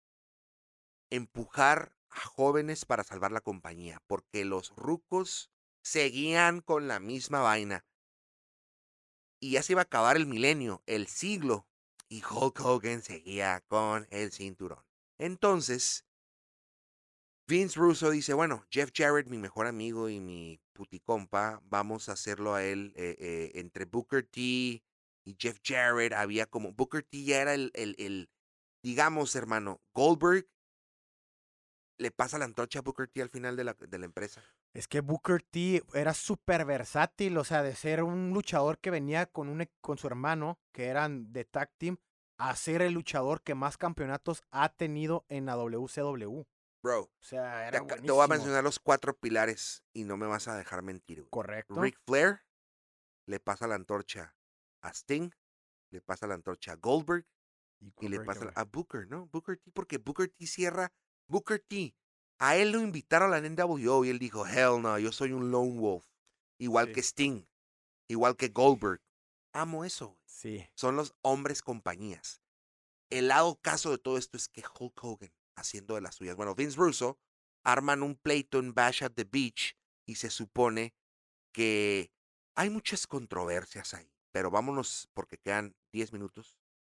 empujar a jóvenes para salvar la compañía, porque los rucos seguían con la misma vaina. Y ya se iba a acabar el milenio, el siglo, y Hulk Hogan seguía con el cinturón. Entonces, Vince Russo dice, bueno, Jeff Jarrett, mi mejor amigo y mi puticompa, vamos a hacerlo a él eh, eh, entre Booker T y Jeff Jarrett. Había como, Booker T ya era el, el, el digamos, hermano, Goldberg le pasa la antorcha a Booker T al final de la, de la empresa. Es que Booker T era súper versátil, o sea, de ser un luchador que venía con, un, e- con su hermano, que eran de tag team, a ser el luchador que más campeonatos ha tenido en la W C W. Bro, O sea, te, era aca- te voy a buenísimo. mencionar los cuatro pilares y no me vas a dejar mentir, güey. Correcto. Ric Flair le pasa la antorcha a Sting, le pasa la antorcha a Goldberg y le Goldberg, pasa güey. a Booker, ¿no? Booker T, porque Booker T cierra, Booker T, a él lo invitaron a la N W O y él dijo, hell no, yo soy un lone wolf, igual Sí. que Sting, igual que Goldberg. Amo eso, güey. Sí. Son los hombres compañías. El lado caso de todo esto es que Hulk Hogan, haciendo de las suyas, bueno, Vince Russo, arman un pleito en Bash at the Beach y se supone que hay muchas controversias ahí, pero vámonos porque quedan diez minutos.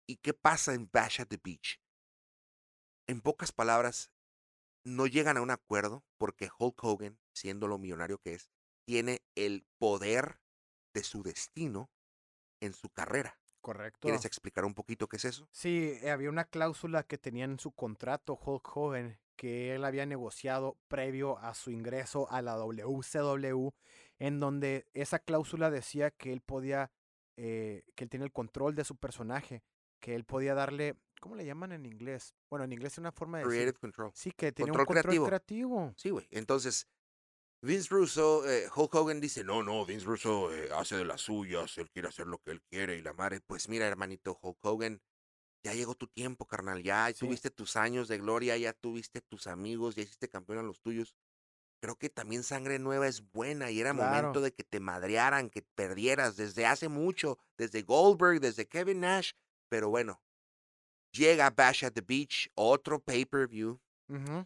¿Y qué pasa en Bash at the Beach? En pocas palabras, no llegan a un acuerdo porque Hulk Hogan, siendo lo millonario que es, tiene el poder de su destino en su carrera. Correcto. ¿Quieres explicar un poquito qué es eso? Sí, eh, había una cláusula que tenía en su contrato Hulk Hogan que él había negociado previo a su ingreso a la W C W, en donde esa cláusula decía que él podía, eh, que él tenía el control de su personaje, que él podía darle, ¿cómo le llaman en inglés? Bueno, en inglés es una forma de decir, Creative control. sí, que tenía Control un control creativo. creativo. Sí, güey. Entonces, Vince Russo, eh, Hulk Hogan dice, no, no, Vince Russo eh, hace de las suyas, él quiere hacer lo que él quiere y la madre, pues mira, hermanito Hulk Hogan, ya llegó tu tiempo, carnal, ya Sí. tuviste tus años de gloria, ya tuviste tus amigos, ya hiciste campeón a los tuyos. Creo que también sangre nueva es buena y era Claro. momento de que te madrearan, que perdieras desde hace mucho, desde Goldberg, desde Kevin Nash, pero bueno, llega Bash at the Beach, otro pay-per-view Ujú.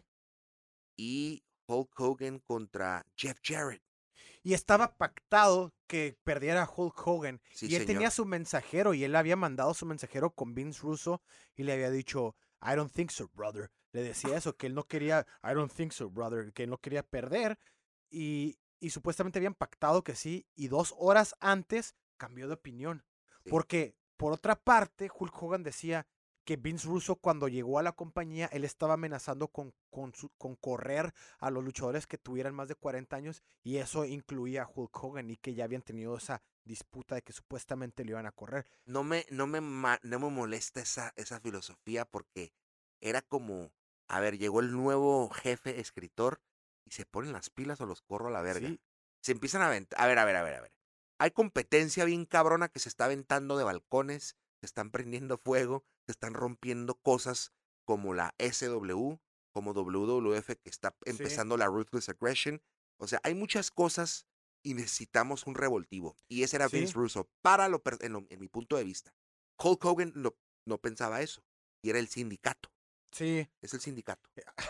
y Hulk Hogan contra Jeff Jarrett. Y estaba pactado que perdiera Hulk Hogan. Sí, y él señor. tenía su mensajero y él había mandado su mensajero con Vince Russo y le había dicho, I don't think so, brother. Le decía eso, que él no quería, I don't think so, brother, que él no quería perder. Y, y supuestamente habían pactado que sí. Y dos horas antes cambió de opinión. Sí. Porque, por otra parte, Hulk Hogan decía que Vince Russo cuando llegó a la compañía, él estaba amenazando con, con, su, con correr a los luchadores que tuvieran más de cuarenta años y eso incluía a Hulk Hogan y que ya habían tenido esa disputa de que supuestamente le iban a correr. No me, no me, ma- no me molesta esa, esa filosofía porque era como, a ver, llegó el nuevo jefe escritor y se ponen las pilas o los corro a la verga. Sí, Se empiezan a aventar, a ver, a ver, a ver, a ver. Hay competencia bien cabrona que se está aventando de balcones, se están prendiendo fuego, se están rompiendo cosas como la S W, como W W F que está Sí. empezando la Ruthless Aggression. O sea, hay muchas cosas y necesitamos un revoltivo. Y ese era Sí. Vince Russo, para lo, per- en, lo- en mi punto de vista. Hulk Hogan lo- no pensaba eso. Y era el sindicato. sí. Es el sindicato.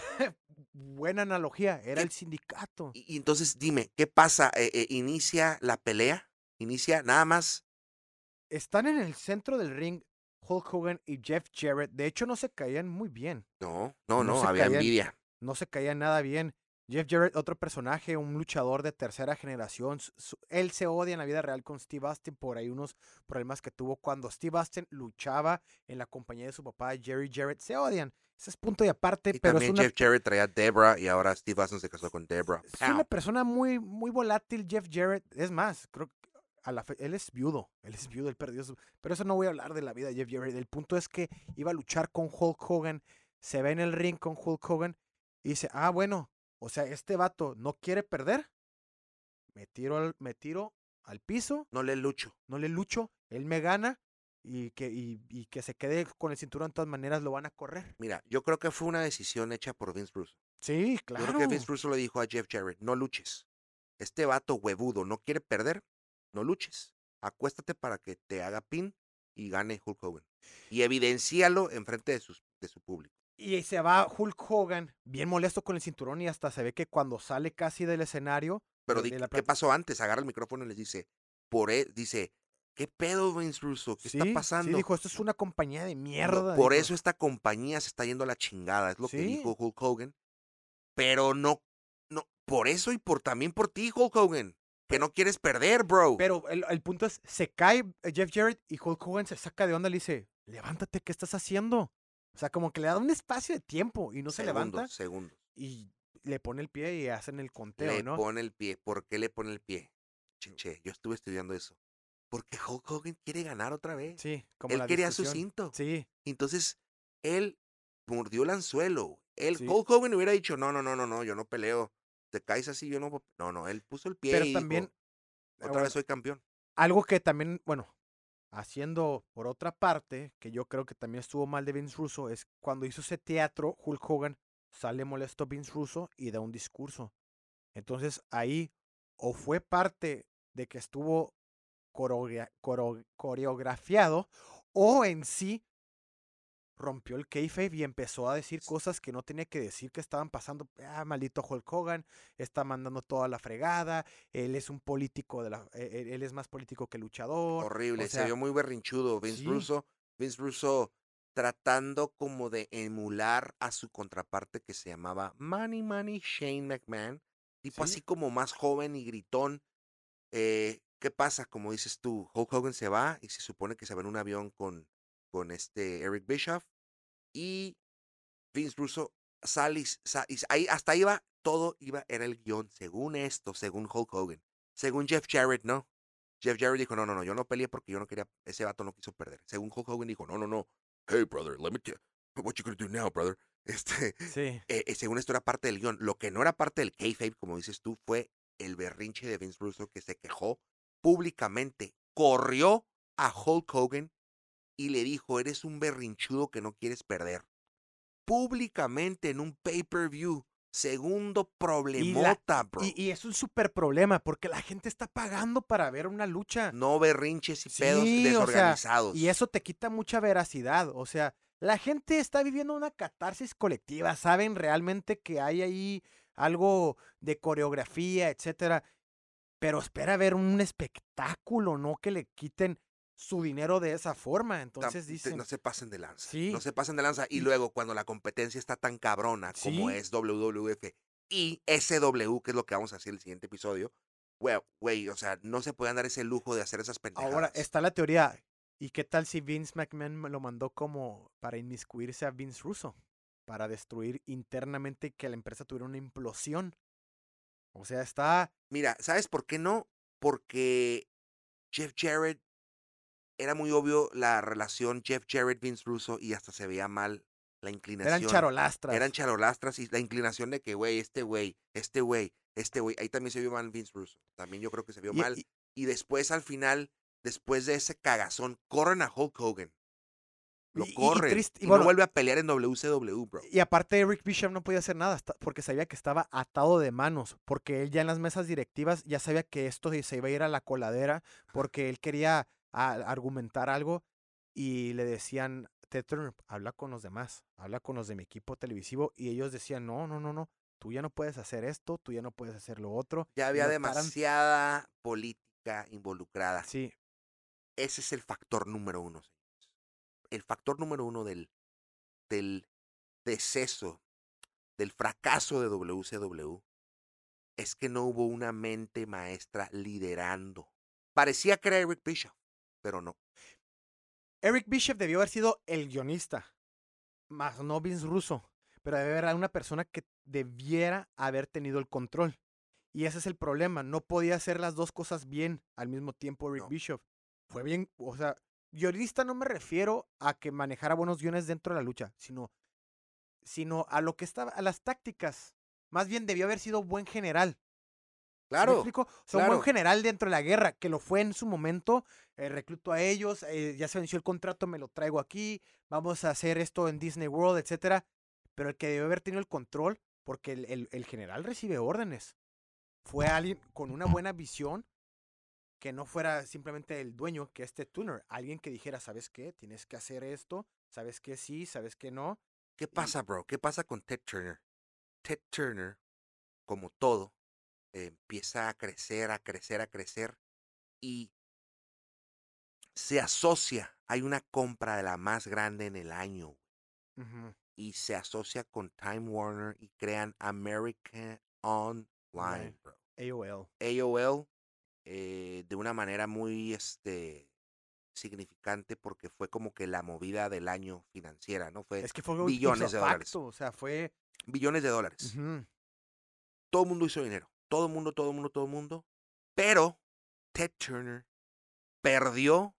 Buena analogía, era ¿Qué- el sindicato. Y, y entonces dime, ¿qué pasa? Eh, eh, ¿Inicia la pelea? ¿Inicia nada más? Están en el centro del ring Hulk Hogan y Jeff Jarrett. De hecho, no se caían muy bien. No, no, No no, se había caían. envidia. No se caía nada bien. Jeff Jarrett, otro personaje, un luchador de tercera generación. su- su- él se odia en la vida real con Steve Austin por ahí unos problemas que tuvo cuando Steve Austin luchaba en la compañía de su papá, Jerry Jarrett. Se odian. Ese es punto y aparte, Y pero es también una, Jeff Jarrett traía a Debra y ahora Steve Austin se casó con Debra. es una Pow. persona muy, muy volátil, Jeff Jarrett. Es más, creo que a la fe- él es viudo. Él es viudo, él perdió su... Pero eso no voy a hablar de la vida de Jeff Jarrett. El punto es que iba a luchar con Hulk Hogan. Se ve en el ring con Hulk Hogan y dice, ah, bueno, o sea, este vato no quiere perder. Me tiro al, me tiro al piso, No le lucho. no le lucho, él me gana y que, y, y que se quede con el cinturón de todas maneras lo van a correr. Mira, yo creo que fue una decisión hecha por Vince Russo. Sí, Yo claro. creo que Vince Russo le dijo a Jeff Jarrett, no luches. Este vato huevudo no quiere perder, no luches. Acuéstate para que te haga pin y gane Hulk Hogan. Y evidencialo enfrente de, sus, de su público. Y se va Hulk Hogan, bien molesto con el cinturón y hasta se ve que cuando sale casi del escenario... Pero de- di- de la ¿qué plata- pasó antes? Agarra el micrófono y les dice, por e- dice, ¿qué pedo, Vince Russo? ¿Qué Sí, está pasando? Sí, dijo, esto es una compañía de No, mierda. por dijo. eso esta compañía se está yendo a la chingada, es lo que Sí. dijo Hulk Hogan. Pero no, no, por eso y por también por ti, Hulk Hogan, que no quieres perder, bro. Pero el, el punto es, se cae Jeff Jarrett y Hulk Hogan se saca de onda y le dice, levántate, ¿qué estás haciendo? O sea, como que le da un espacio de tiempo y no se segundos, levanta segundos. y le pone el pie y hacen el conteo, Le ¿no? pone el pie. ¿Por qué le pone el pie? Cheche, yo estuve estudiando eso. Porque Hulk Hogan quiere ganar otra vez. Sí, como Él la quería su discusión. cinto. Sí, Entonces, él mordió el anzuelo. Él, Sí. Hulk Hogan hubiera dicho, no, no, no, no, no, yo no peleo. Te caes así, yo no. vo-". No, no, él puso el pie pero y también, dijo, eh, otra bueno, vez soy campeón. algo que también, bueno, haciendo por otra parte, que yo creo que también estuvo mal de Vince Russo, es cuando hizo ese teatro, Hulk Hogan sale molesto Vince Russo y da un discurso. Entonces ahí o fue parte de que estuvo coreogra- coro- coreografiado o en sí rompió el kayfabe y empezó a decir cosas que no tenía que decir que estaban pasando. Ah, maldito Hulk Hogan, está mandando toda la fregada, él es un político, de la, él, él es más político que luchador. Horrible, o se sea, vio muy berrinchudo Vince sí. Russo. Vince Russo tratando como de emular a su contraparte que se llamaba Money Money Shane McMahon, tipo Sí. así como más joven y gritón. Eh, ¿Qué pasa? Como dices tú, Hulk Hogan se va y se supone que se va en un avión con, con este Eric Bischoff y Vince Russo sale y, sa- y ahí, hasta ahí va, todo iba, era el guión, según esto, según Hulk Hogan. Según Jeff Jarrett, no. Jeff Jarrett dijo, no, no, no, yo no peleé porque yo no quería, ese vato no quiso perder. Según Hulk Hogan dijo, no, no, no, hey, brother, let me tell what you gonna do now, brother. Este, Sí. eh, eh, según esto era parte del guión. Lo que no era parte del kayfabe, como dices tú, fue el berrinche de Vince Russo que se quejó públicamente, corrió a Hulk Hogan y le dijo, eres un berrinchudo que no quieres perder. Públicamente en un pay-per-view. Segundo Y, la, problemota, bro. y, y es un súper problema porque la gente está pagando para ver una lucha. No berrinches y pedos Sí, o sea, desorganizados. y eso te quita mucha veracidad. O sea, la gente está viviendo una catarsis colectiva, saben realmente que hay ahí algo de coreografía, etcétera. Pero espera ver un espectáculo, no que le quiten su dinero de esa forma. Tam- Entonces te- dicen, no se pasen de lanza. sí, No se pasen de lanza. Y y- luego, cuando la competencia está tan cabrona como sí, es W W F y S W, que es lo que vamos a hacer en el siguiente episodio, güey, güey, o sea, no se pueden dar ese lujo de hacer esas pendejadas. ahora está la teoría. ¿Y qué tal si Vince McMahon me lo mandó como para inmiscuirse a Vince Russo? Para destruir internamente y que la empresa tuviera una implosión. O sea, está... Mira, ¿sabes por qué no? Porque Jeff Jarrett, era muy obvio la relación Jeff Jarrett-Vince Russo y hasta se veía mal la inclinación. Eran charolastras. Eran charolastras y la inclinación de que, güey, este güey, este güey, este güey. Ahí también se vio mal Vince Russo. También yo creo que se vio Y, mal. y- Y después, al final, después de ese cagazón, corren a Hulk Hogan. Lo y- y- y corren. Y, triste- y no bueno, vuelve a pelear en W C W, bro. y aparte Eric Bischoff no podía hacer nada hasta- porque sabía que estaba atado de manos, porque él ya en las mesas directivas ya sabía que esto se iba a ir a la coladera, porque él quería a- argumentar algo y le decían, Ted Turner, habla con los demás, habla con los de mi equipo televisivo y ellos decían, no, no, no, no, tú ya no puedes hacer esto, tú ya no puedes hacer lo otro. Ya y había lo paran- demasiada política involucrada. Sí, Ese es el factor número uno, señores. El factor número uno del, del deceso, del fracaso de W C W, es que no hubo una mente maestra liderando. Parecía que era Eric Bischoff, pero no. Eric Bischoff debió haber sido el guionista, más no Vince Russo, pero debe haber una persona que debiera haber tenido el control. Y ese es el problema, no podía hacer las dos cosas bien al mismo tiempo Eric No. Bischoff. Fue bien, o sea, guionista no me refiero a que manejara buenos guiones dentro de la lucha, sino, sino a lo que estaba, a las tácticas. Más bien debió haber sido buen general. ¿Sí me Claro, explico? O sea, un buen claro. general dentro de la guerra, que lo fue en su momento, eh, recluto a ellos, eh, ya se venció el contrato, me lo traigo aquí, vamos a hacer esto en Disney World, etcétera. Pero el que debió haber tenido el control, porque el, el- el general recibe órdenes, fue alguien con una buena visión, que no fuera simplemente el dueño, que este tuner, alguien que dijera, ¿sabes qué? Tienes que hacer esto, ¿sabes qué? Sí, ¿sabes qué? No. ¿Qué Y pasa, bro? ¿Qué pasa con Ted Turner? Ted Turner, como todo, eh, empieza a crecer, a crecer, a crecer y se asocia. Hay una compra de la más grande en el año ujú, y se asocia con Time Warner y crean American Online, online, bro. A O L. A O L, eh, de una manera muy este, significante porque fue como que la movida del año financiera, ¿no? Fue Es que fue billones ipso de dólares. facto, o sea, fue... Billones de dólares. ujú, Todo el mundo hizo dinero. Todo el mundo, todo el mundo, todo el mundo. Pero Ted Turner perdió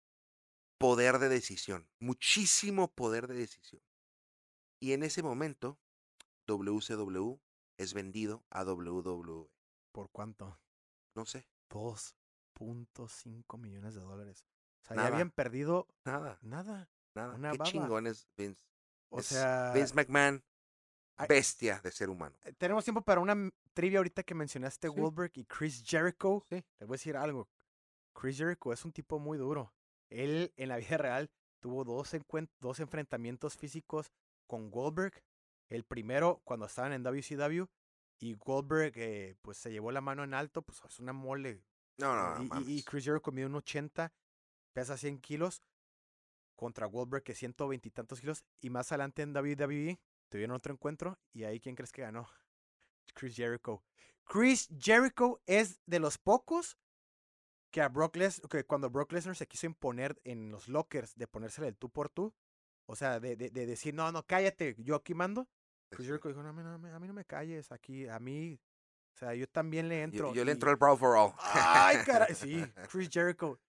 poder de decisión. Muchísimo poder de decisión. Y en ese momento, W C W es vendido a W W E. ¿Por cuánto? No sé. dos punto cinco millones de dólares. O sea, ya Nada. habían perdido Nada. nada. Nada. Una Qué baba. chingón es Vince. O Es sea, Vince McMahon, hay- bestia de ser humano. eh, tenemos tiempo para una m- trivia ahorita que mencionaste Sí. Goldberg y Chris Jericho. Sí. Les voy a decir algo. Chris Jericho es un tipo muy duro. Él en la vida real tuvo dos, encuent- dos enfrentamientos físicos con Goldberg. El primero cuando estaban en W C W y Goldberg eh, pues se llevó la mano en alto, pues es una mole. No, no, no, y, y- y mames. Chris Jericho mide un ochenta, pesa cien kilos. contra Goldberg, que ciento veinte y tantos kilos. Y más adelante en W W E tuvieron otro encuentro. Y ahí, ¿quién crees que ganó? Chris Jericho. Chris Jericho es de los pocos que a Brock Lesnar, que cuando Brock Lesnar se quiso imponer en los lockers de ponérsele el tú por tú, o sea, de, de, de decir, no, no, cállate, yo aquí mando. Chris Jericho dijo, no, a mí no, a mí no me calles, aquí, a mí, o sea, yo también le entro. Yo, yo y... le entro al Brawl for All. Ay, caray, sí, Chris Jericho.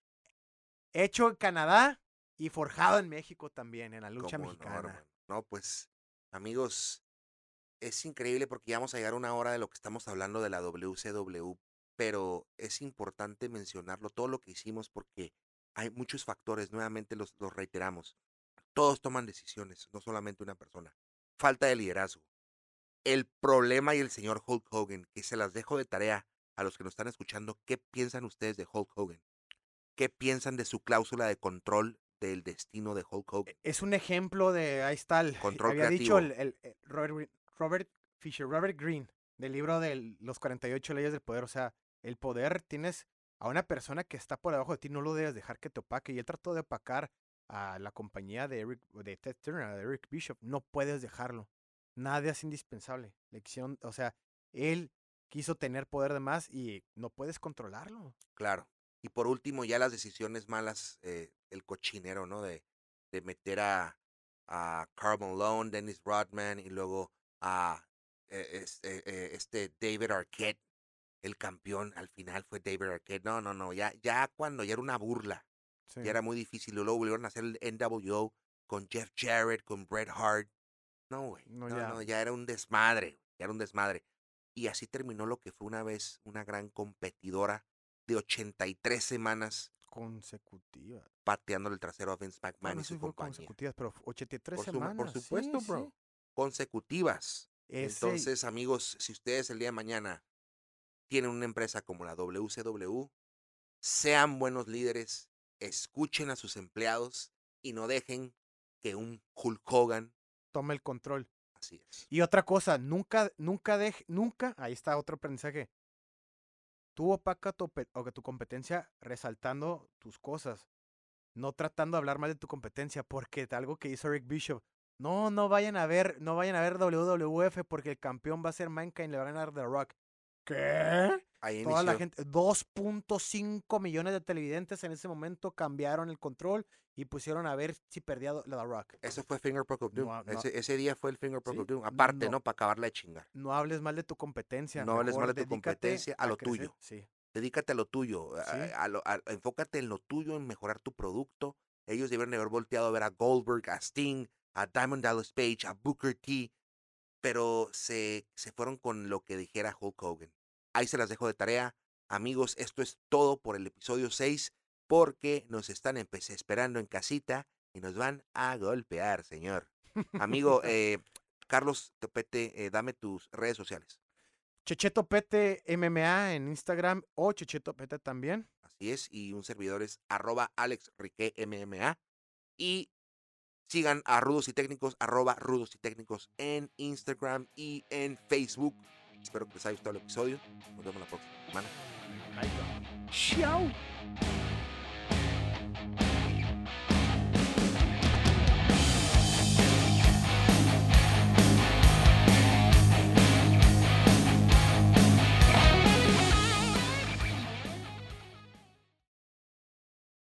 Hecho en Canadá y forjado en México también, en la lucha ¿Cómo no, mexicana. hermano? No, pues, amigos, es increíble porque ya vamos a llegar a una hora de lo que estamos hablando de la W C W, pero es importante mencionarlo, todo lo que hicimos, porque hay muchos factores, nuevamente los, los reiteramos. Todos toman decisiones, no solamente una persona. Falta de liderazgo. El problema y el señor Hulk Hogan, que se las dejo de tarea a los que nos están escuchando, ¿qué piensan ustedes de Hulk Hogan? ¿Qué piensan de su cláusula de control del destino de Hulk Hogan? Es un ejemplo de, ahí está, el, Control había creativo. dicho el, el- el Robert, Robert Fisher, Robert Greene, del libro de los cuarenta y ocho leyes del poder. O sea, el poder tienes a una persona que está por debajo de ti, no lo debes dejar que te opaque. Y él trató de opacar a la compañía de, Eric, de Ted Turner, de Eric Bishop. No puedes dejarlo. Nada es indispensable. Lección, o sea, él quiso tener poder de más y no puedes controlarlo. Claro. Y por último, ya las decisiones malas, eh, el cochinero, ¿no? De, de meter a, a Karl Malone, Dennis Rodman y luego a eh, este, eh, este David Arquette, el campeón, al final fue David Arquette. No, no, no, ya, ya cuando ya era una burla, Sí. ya era muy difícil. Y luego volvieron a hacer el N W O con Jeff Jarrett, con Bret Hart. No, güey, No, no, ya. no, ya era un desmadre, ya era un desmadre. Y así terminó lo que fue una vez una gran competidora de ochenta y tres semanas Consecutiva. pateándole el trasero a Vince McMahon Bueno, y su sí fue compañía. consecutivas, pero ochenta y tres Por, su- semanas. por sí, supuesto, bro. sí. Consecutivas. Ese- Entonces, amigos, si ustedes el día de mañana tienen una empresa como la W C W, sean buenos líderes, escuchen a sus empleados y no dejen que un Hulk Hogan, toma el control. así es. Y otra cosa, nunca, nunca deje, nunca, ahí está otro aprendizaje. Tú opaca tu, pe- o que tu competencia resaltando tus cosas, no tratando de hablar mal de tu competencia, porque algo que hizo Rick Bishop, no, no vayan a ver, no vayan a ver W W F porque el campeón va a ser Mankind y le va a ganar The Rock. ¿Qué? Ahí Toda la inició. gente, dos punto cinco millones de televidentes en ese momento cambiaron el control y pusieron a ver si perdía The Rock. Eso fue Finger Poke of Doom. No, no. Ese, ese día fue el Finger Poke Sí, of Doom. Aparte, no. ¿no? Para acabarla de chingar. No hables mal de tu competencia. No hables mejor mal de tu dedícate competencia, a lo crecer. tuyo. Sí. Dedícate a lo tuyo. a- Sí. a lo- a- enfócate en lo tuyo, en mejorar tu producto. Ellos debieron de haber volteado a ver a Goldberg, a Sting, a Diamond Dallas Page, a Booker T. Pero se, se fueron con lo que dijera Hulk Hogan. Ahí se las dejo de tarea. Amigos, esto es todo por el episodio seis. Porque nos están empe- esperando en casita y nos van a golpear, señor. Amigo, eh, Carlos Topete, eh, dame tus redes sociales. Checheto Pete M M A en Instagram o Checheto Pete también. Así es, y un servidor es arroba Alex Riqué M M A. Y sigan a Rudos y Técnicos, arroba Rudos y Técnicos en Instagram y en Facebook. Espero que les haya gustado el episodio. Nos vemos la próxima semana. Ahí va. Chao.